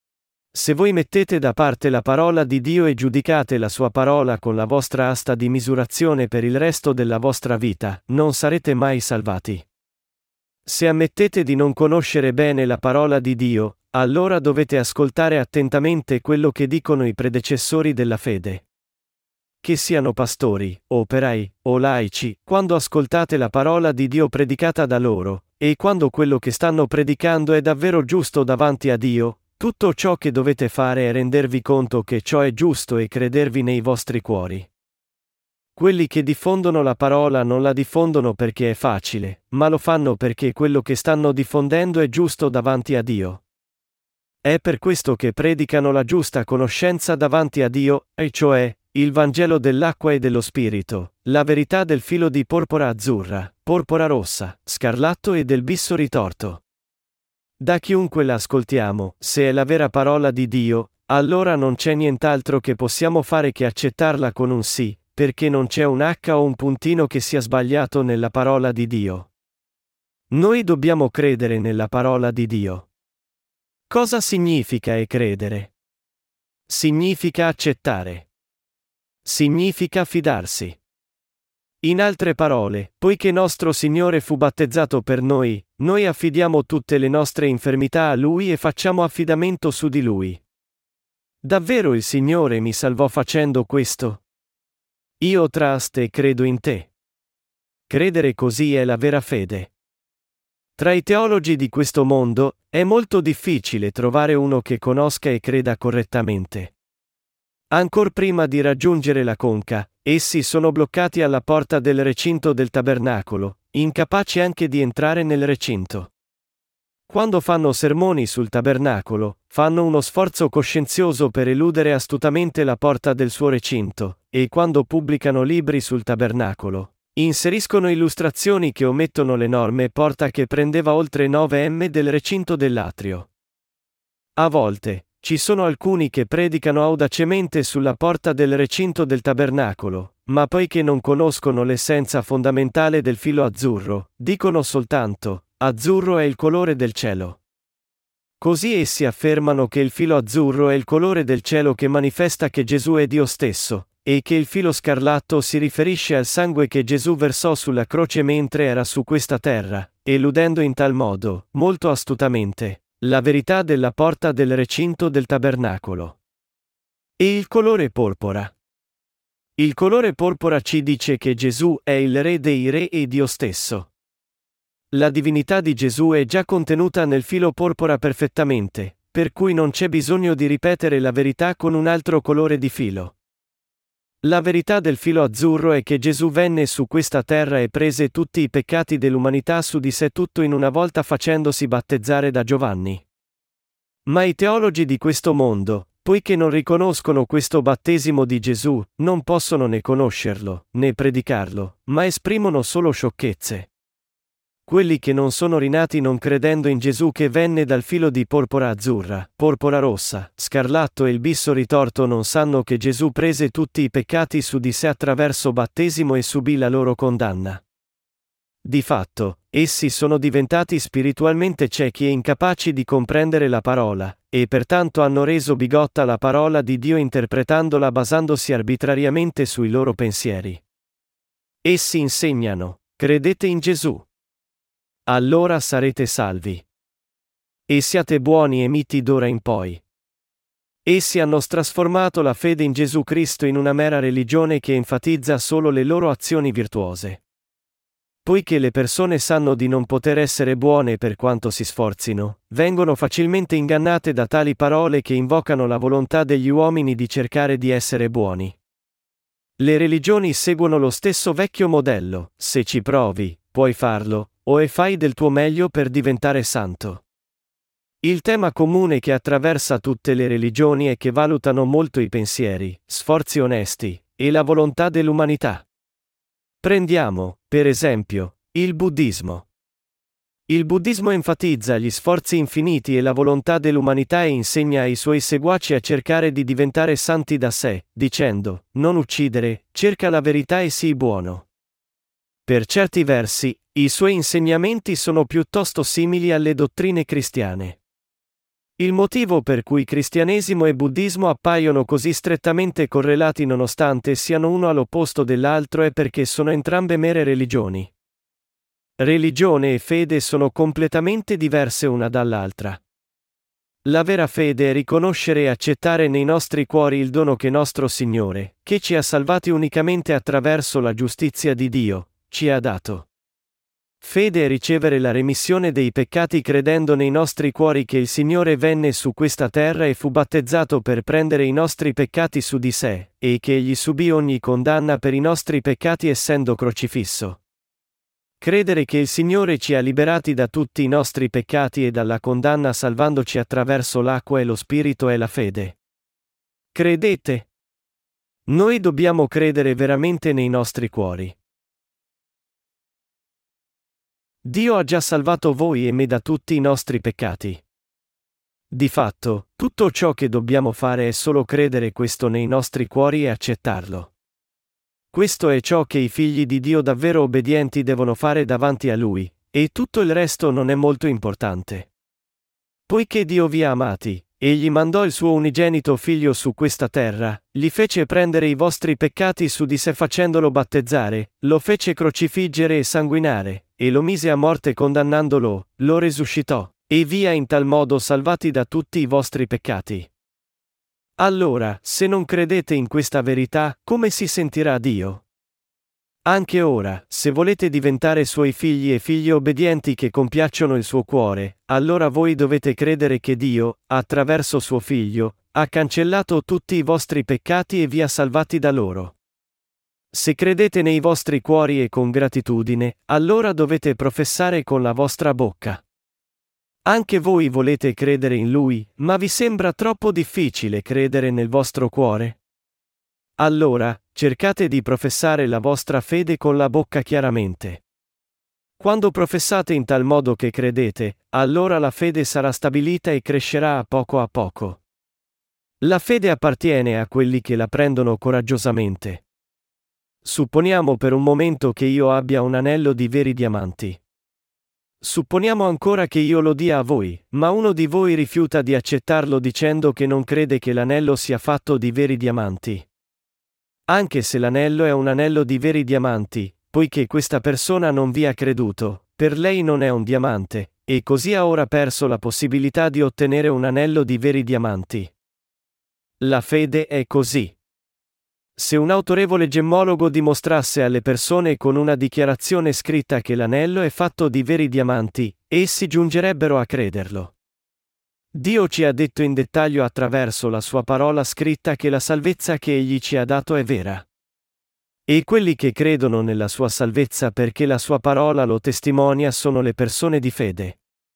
Se voi mettete da parte la parola di Dio e giudicate la sua parola con la vostra asta di misurazione per il resto della vostra vita, non sarete mai salvati. Se ammettete di non conoscere bene la parola di Dio, allora dovete ascoltare attentamente quello che dicono i predecessori della fede. Che siano pastori, operai, o laici, quando ascoltate la parola di Dio predicata da loro, e quando quello che stanno predicando è davvero giusto davanti a Dio, tutto ciò che dovete fare è rendervi conto che ciò è giusto e credervi nei vostri cuori. Quelli che diffondono la parola non la diffondono perché è facile, ma lo fanno perché quello che stanno diffondendo è giusto davanti a Dio. È per questo che predicano la giusta conoscenza davanti a Dio, e cioè, il Vangelo dell'acqua e dello Spirito, la verità del filo di porpora azzurra, porpora rossa, scarlatto e del bisso ritorto. Da chiunque la ascoltiamo, se è la vera parola di Dio, allora non c'è nient'altro che possiamo fare che accettarla con un sì, perché non c'è un H o un puntino che sia sbagliato nella parola di Dio. Noi dobbiamo credere nella parola di Dio. Cosa significa e credere? Significa accettare. Significa fidarsi. In altre parole, poiché nostro Signore fu battezzato per noi, noi affidiamo tutte le nostre infermità a Lui e facciamo affidamento su di Lui. Davvero il Signore mi salvò facendo questo? Io trust e credo in te. Credere così è la vera fede. Tra i teologi di questo mondo, è molto difficile trovare uno che conosca e creda correttamente. Ancor prima di raggiungere la conca, essi sono bloccati alla porta del recinto del tabernacolo, incapaci anche di entrare nel recinto. Quando fanno sermoni sul tabernacolo, fanno uno sforzo coscienzioso per eludere astutamente la porta del suo recinto, e quando pubblicano libri sul tabernacolo, inseriscono illustrazioni che omettono l'enorme porta che prendeva oltre nove metri del recinto dell'atrio. A volte, ci sono alcuni che predicano audacemente sulla porta del recinto del tabernacolo, ma poiché non conoscono l'essenza fondamentale del filo azzurro, dicono soltanto, azzurro è il colore del cielo. Così essi affermano che il filo azzurro è il colore del cielo che manifesta che Gesù è Dio stesso, e che il filo scarlatto si riferisce al sangue che Gesù versò sulla croce mentre era su questa terra, eludendo in tal modo, molto astutamente, la verità della porta del recinto del tabernacolo. E il colore porpora? Il colore porpora ci dice che Gesù è il Re dei Re e Dio stesso. La divinità di Gesù è già contenuta nel filo porpora perfettamente, per cui non c'è bisogno di ripetere la verità con un altro colore di filo. La verità del filo azzurro è che Gesù venne su questa terra e prese tutti i peccati dell'umanità su di sé tutto in una volta facendosi battezzare da Giovanni. Ma i teologi di questo mondo, poiché non riconoscono questo battesimo di Gesù, non possono né conoscerlo, né predicarlo, ma esprimono solo sciocchezze. Quelli che non sono rinati non credendo in Gesù che venne dal filo di porpora azzurra, porpora rossa, scarlatto e il bisso ritorto non sanno che Gesù prese tutti i peccati su di sé attraverso battesimo e subì la loro condanna. Di fatto, essi sono diventati spiritualmente ciechi e incapaci di comprendere la parola, e pertanto hanno reso bigotta la parola di Dio interpretandola basandosi arbitrariamente sui loro pensieri. Essi insegnano: credete in Gesù. Allora sarete salvi. E siate buoni e miti d'ora in poi. Essi hanno trasformato la fede in Gesù Cristo in una mera religione che enfatizza solo le loro azioni virtuose. Poiché le persone sanno di non poter essere buone per quanto si sforzino, vengono facilmente ingannate da tali parole che invocano la volontà degli uomini di cercare di essere buoni. Le religioni seguono lo stesso vecchio modello: se ci provi, puoi farlo, o e fai del tuo meglio per diventare santo. Il tema comune che attraversa tutte le religioni è che valutano molto i pensieri, sforzi onesti, e la volontà dell'umanità. Prendiamo, per esempio, il buddismo. Il buddismo enfatizza gli sforzi infiniti e la volontà dell'umanità e insegna ai suoi seguaci a cercare di diventare santi da sé, dicendo: non uccidere, cerca la verità e sii buono. Per certi versi, i suoi insegnamenti sono piuttosto simili alle dottrine cristiane. Il motivo per cui cristianesimo e buddismo appaiono così strettamente correlati nonostante siano uno all'opposto dell'altro è perché sono entrambe mere religioni. Religione e fede sono completamente diverse una dall'altra. La vera fede è riconoscere e accettare nei nostri cuori il dono che nostro Signore, che ci ha salvati unicamente attraverso la giustizia di Dio, ci ha dato. Fede è ricevere la remissione dei peccati credendo nei nostri cuori che il Signore venne su questa terra e fu battezzato per prendere i nostri peccati su di sé, e che egli subì ogni condanna per i nostri peccati essendo crocifisso. Credere che il Signore ci ha liberati da tutti i nostri peccati e dalla condanna salvandoci attraverso l'acqua e lo Spirito è la fede. Credete? Noi dobbiamo credere veramente nei nostri cuori. Dio ha già salvato voi e me da tutti i nostri peccati. Di fatto, tutto ciò che dobbiamo fare è solo credere questo nei nostri cuori e accettarlo. Questo è ciò che i figli di Dio davvero obbedienti devono fare davanti a Lui, e tutto il resto non è molto importante. Poiché Dio vi ha amati, Egli mandò il suo unigenito figlio su questa terra, gli fece prendere i vostri peccati su di sé facendolo battezzare, lo fece crocifiggere e sanguinare, e lo mise a morte condannandolo, lo risuscitò, e vi ha in tal modo salvati da tutti i vostri peccati. Allora, se non credete in questa verità, come si sentirà Dio? Anche ora, se volete diventare suoi figli e figlie obbedienti che compiacciono il suo cuore, allora voi dovete credere che Dio, attraverso suo Figlio, ha cancellato tutti i vostri peccati e vi ha salvati da loro. Se credete nei vostri cuori e con gratitudine, allora dovete professare con la vostra bocca. Anche voi volete credere in Lui, ma vi sembra troppo difficile credere nel vostro cuore? Allora, cercate di professare la vostra fede con la bocca chiaramente. Quando professate in tal modo che credete, allora la fede sarà stabilita e crescerà a poco a poco. La fede appartiene a quelli che la prendono coraggiosamente. Supponiamo per un momento che io abbia un anello di veri diamanti. Supponiamo ancora che io lo dia a voi, ma uno di voi rifiuta di accettarlo dicendo che non crede che l'anello sia fatto di veri diamanti. Anche se l'anello è un anello di veri diamanti, poiché questa persona non vi ha creduto, per lei non è un diamante, e così ha ora perso la possibilità di ottenere un anello di veri diamanti. La fede è così. Se un autorevole gemmologo dimostrasse alle persone con una dichiarazione scritta che l'anello è fatto di veri diamanti, essi giungerebbero a crederlo. Dio ci ha detto in dettaglio attraverso la sua parola scritta che la salvezza che Egli ci ha dato è vera. E quelli che credono nella sua salvezza perché la sua parola lo testimonia sono le persone di fede.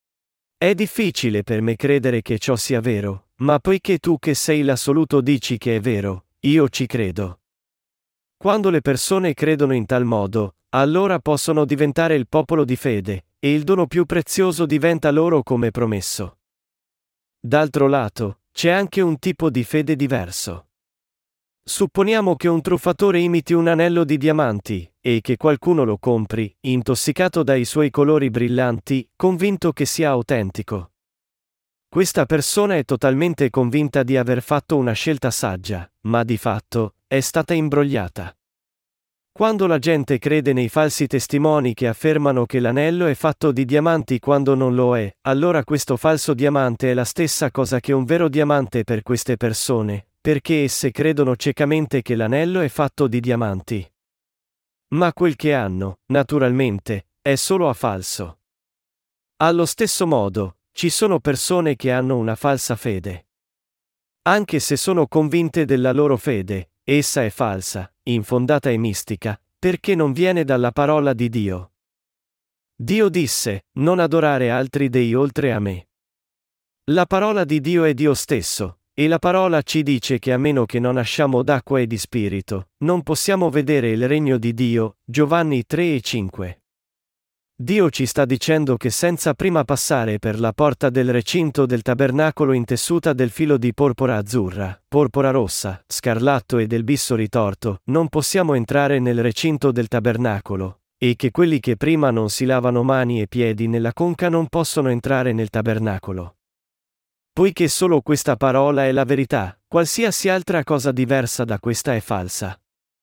È difficile per me credere che ciò sia vero, ma poiché tu che sei l'assoluto dici che è vero, io ci credo. Quando le persone credono in tal modo, allora possono diventare il popolo di fede, e il dono più prezioso diventa loro come promesso. D'altro lato, c'è anche un tipo di fede diverso. Supponiamo che un truffatore imiti un anello di diamanti, e che qualcuno lo compri, intossicato dai suoi colori brillanti, convinto che sia autentico. Questa persona è totalmente convinta di aver fatto una scelta saggia, ma di fatto, è stata imbrogliata. Quando la gente crede nei falsi testimoni che affermano che l'anello è fatto di diamanti quando non lo è, allora questo falso diamante è la stessa cosa che un vero diamante per queste persone, perché esse credono ciecamente che l'anello è fatto di diamanti. Ma quel che hanno, naturalmente, è solo a falso. Allo stesso modo, ci sono persone che hanno una falsa fede. Anche se sono convinte della loro fede, essa è falsa, infondata e mistica, perché non viene dalla parola di Dio. Dio disse: non adorare altri dei oltre a me. La parola di Dio è Dio stesso, e la parola ci dice che a meno che non nasciamo d'acqua e di spirito, non possiamo vedere il regno di Dio. Giovanni tre e cinque. Dio ci sta dicendo che senza prima passare per la porta del recinto del tabernacolo intessuta del filo di porpora azzurra, porpora rossa, scarlatto e del bisso ritorto, non possiamo entrare nel recinto del tabernacolo, e che quelli che prima non si lavano mani e piedi nella conca non possono entrare nel tabernacolo. Poiché solo questa parola è la verità, qualsiasi altra cosa diversa da questa è falsa.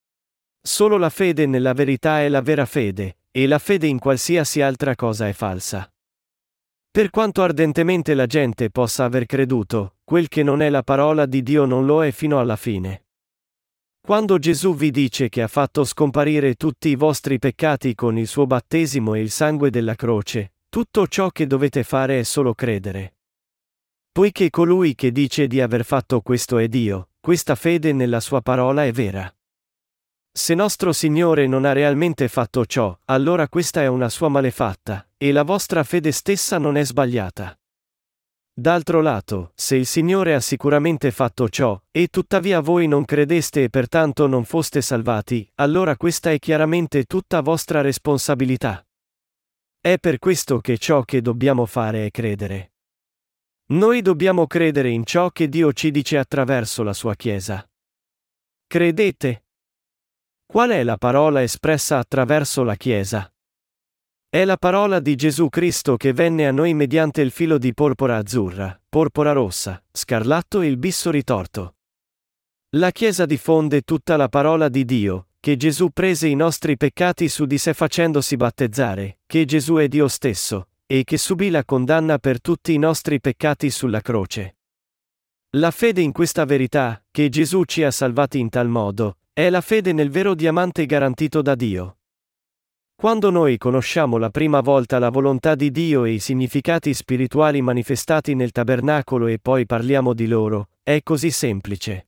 Solo la fede nella verità è la vera fede, e la fede in qualsiasi altra cosa è falsa. Per quanto ardentemente la gente possa aver creduto, quel che non è la parola di Dio non lo è fino alla fine. Quando Gesù vi dice che ha fatto scomparire tutti i vostri peccati con il suo battesimo e il sangue della croce, tutto ciò che dovete fare è solo credere. Poiché colui che dice di aver fatto questo è Dio, questa fede nella sua parola è vera. Se nostro Signore non ha realmente fatto ciò, allora questa è una sua malefatta, e la vostra fede stessa non è sbagliata. D'altro lato, se il Signore ha sicuramente fatto ciò, e tuttavia voi non credeste e pertanto non foste salvati, allora questa è chiaramente tutta vostra responsabilità. È per questo che ciò che dobbiamo fare è credere. Noi dobbiamo credere in ciò che Dio ci dice attraverso la sua Chiesa. Credete? Qual è la parola espressa attraverso la Chiesa? È la parola di Gesù Cristo che venne a noi mediante il filo di porpora azzurra, porpora rossa, scarlatto e il bisso ritorto. La Chiesa diffonde tutta la parola di Dio, che Gesù prese i nostri peccati su di sé facendosi battezzare, che Gesù è Dio stesso, e che subì la condanna per tutti i nostri peccati sulla croce. La fede in questa verità, che Gesù ci ha salvati in tal modo, è la fede nel vero diamante garantito da Dio. Quando noi conosciamo la prima volta la volontà di Dio e i significati spirituali manifestati nel tabernacolo e poi parliamo di loro, è così semplice.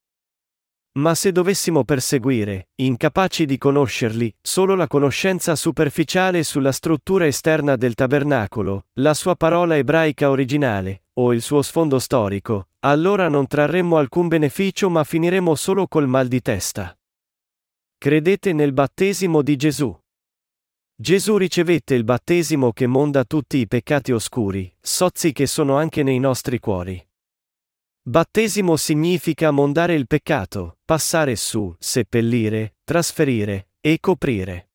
Ma se dovessimo perseguire, incapaci di conoscerli, solo la conoscenza superficiale sulla struttura esterna del tabernacolo, la sua parola ebraica originale, o il suo sfondo storico, allora non trarremmo alcun beneficio ma finiremo solo col mal di testa. Credete nel battesimo di Gesù. Gesù ricevette il battesimo che monda tutti i peccati oscuri, sozzi che sono anche nei nostri cuori. Battesimo significa mondare il peccato, passare su, seppellire, trasferire, e coprire.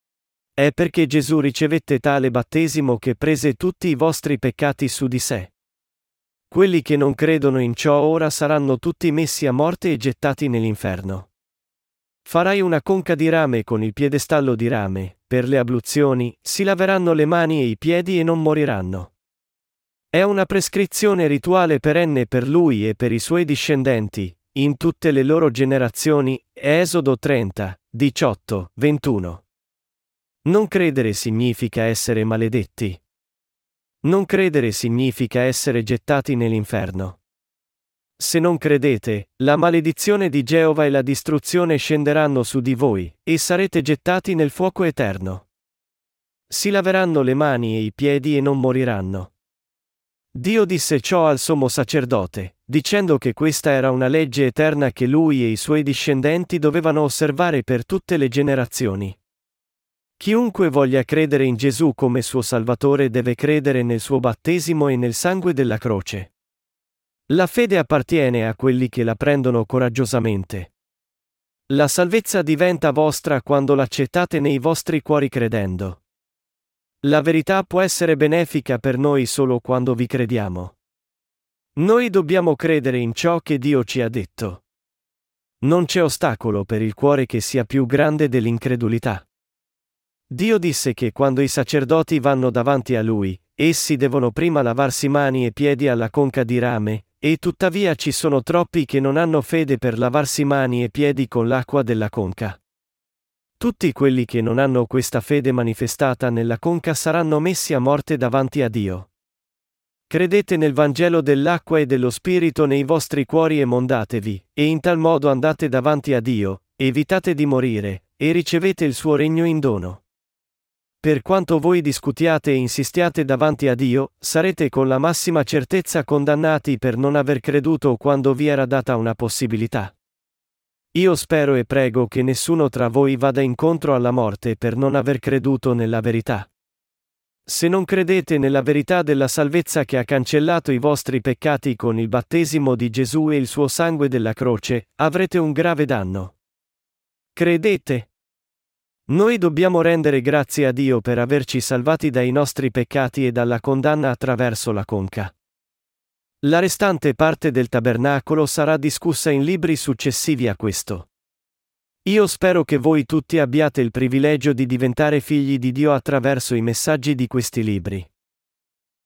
È perché Gesù ricevette tale battesimo che prese tutti i vostri peccati su di sé. Quelli che non credono in ciò ora saranno tutti messi a morte e gettati nell'inferno. Farai una conca di rame con il piedestallo di rame, per le abluzioni, si laveranno le mani e i piedi e non moriranno. È una prescrizione rituale perenne per lui e per i suoi discendenti, in tutte le loro generazioni. Esodo trenta, diciotto, ventuno. Non credere significa essere maledetti. Non credere significa essere gettati nell'inferno. Se non credete, la maledizione di Geova e la distruzione scenderanno su di voi, e sarete gettati nel fuoco eterno. Si laveranno le mani e i piedi e non moriranno. Dio disse ciò al sommo sacerdote, dicendo che questa era una legge eterna che lui e i suoi discendenti dovevano osservare per tutte le generazioni. Chiunque voglia credere in Gesù come suo Salvatore deve credere nel suo battesimo e nel sangue della croce. La fede appartiene a quelli che la prendono coraggiosamente. La salvezza diventa vostra quando l'accettate nei vostri cuori credendo. La verità può essere benefica per noi solo quando vi crediamo. Noi dobbiamo credere in ciò che Dio ci ha detto. Non c'è ostacolo per il cuore che sia più grande dell'incredulità. Dio disse che quando i sacerdoti vanno davanti a Lui, essi devono prima lavarsi mani e piedi alla conca di rame, e tuttavia ci sono troppi che non hanno fede per lavarsi mani e piedi con l'acqua della conca. Tutti quelli che non hanno questa fede manifestata nella conca saranno messi a morte davanti a Dio. Credete nel Vangelo dell'acqua e dello Spirito nei vostri cuori e mondatevi, e in tal modo andate davanti a Dio, evitate di morire, e ricevete il suo regno in dono. Per quanto voi discutiate e insistiate davanti a Dio, sarete con la massima certezza condannati per non aver creduto quando vi era data una possibilità. Io spero e prego che nessuno tra voi vada incontro alla morte per non aver creduto nella verità. Se non credete nella verità della salvezza che ha cancellato i vostri peccati con il battesimo di Gesù e il suo sangue della croce, avrete un grave danno. Credete? Noi dobbiamo rendere grazie a Dio per averci salvati dai nostri peccati e dalla condanna attraverso la conca. La restante parte del tabernacolo sarà discussa in libri successivi a questo. Io spero che voi tutti abbiate il privilegio di diventare figli di Dio attraverso i messaggi di questi libri.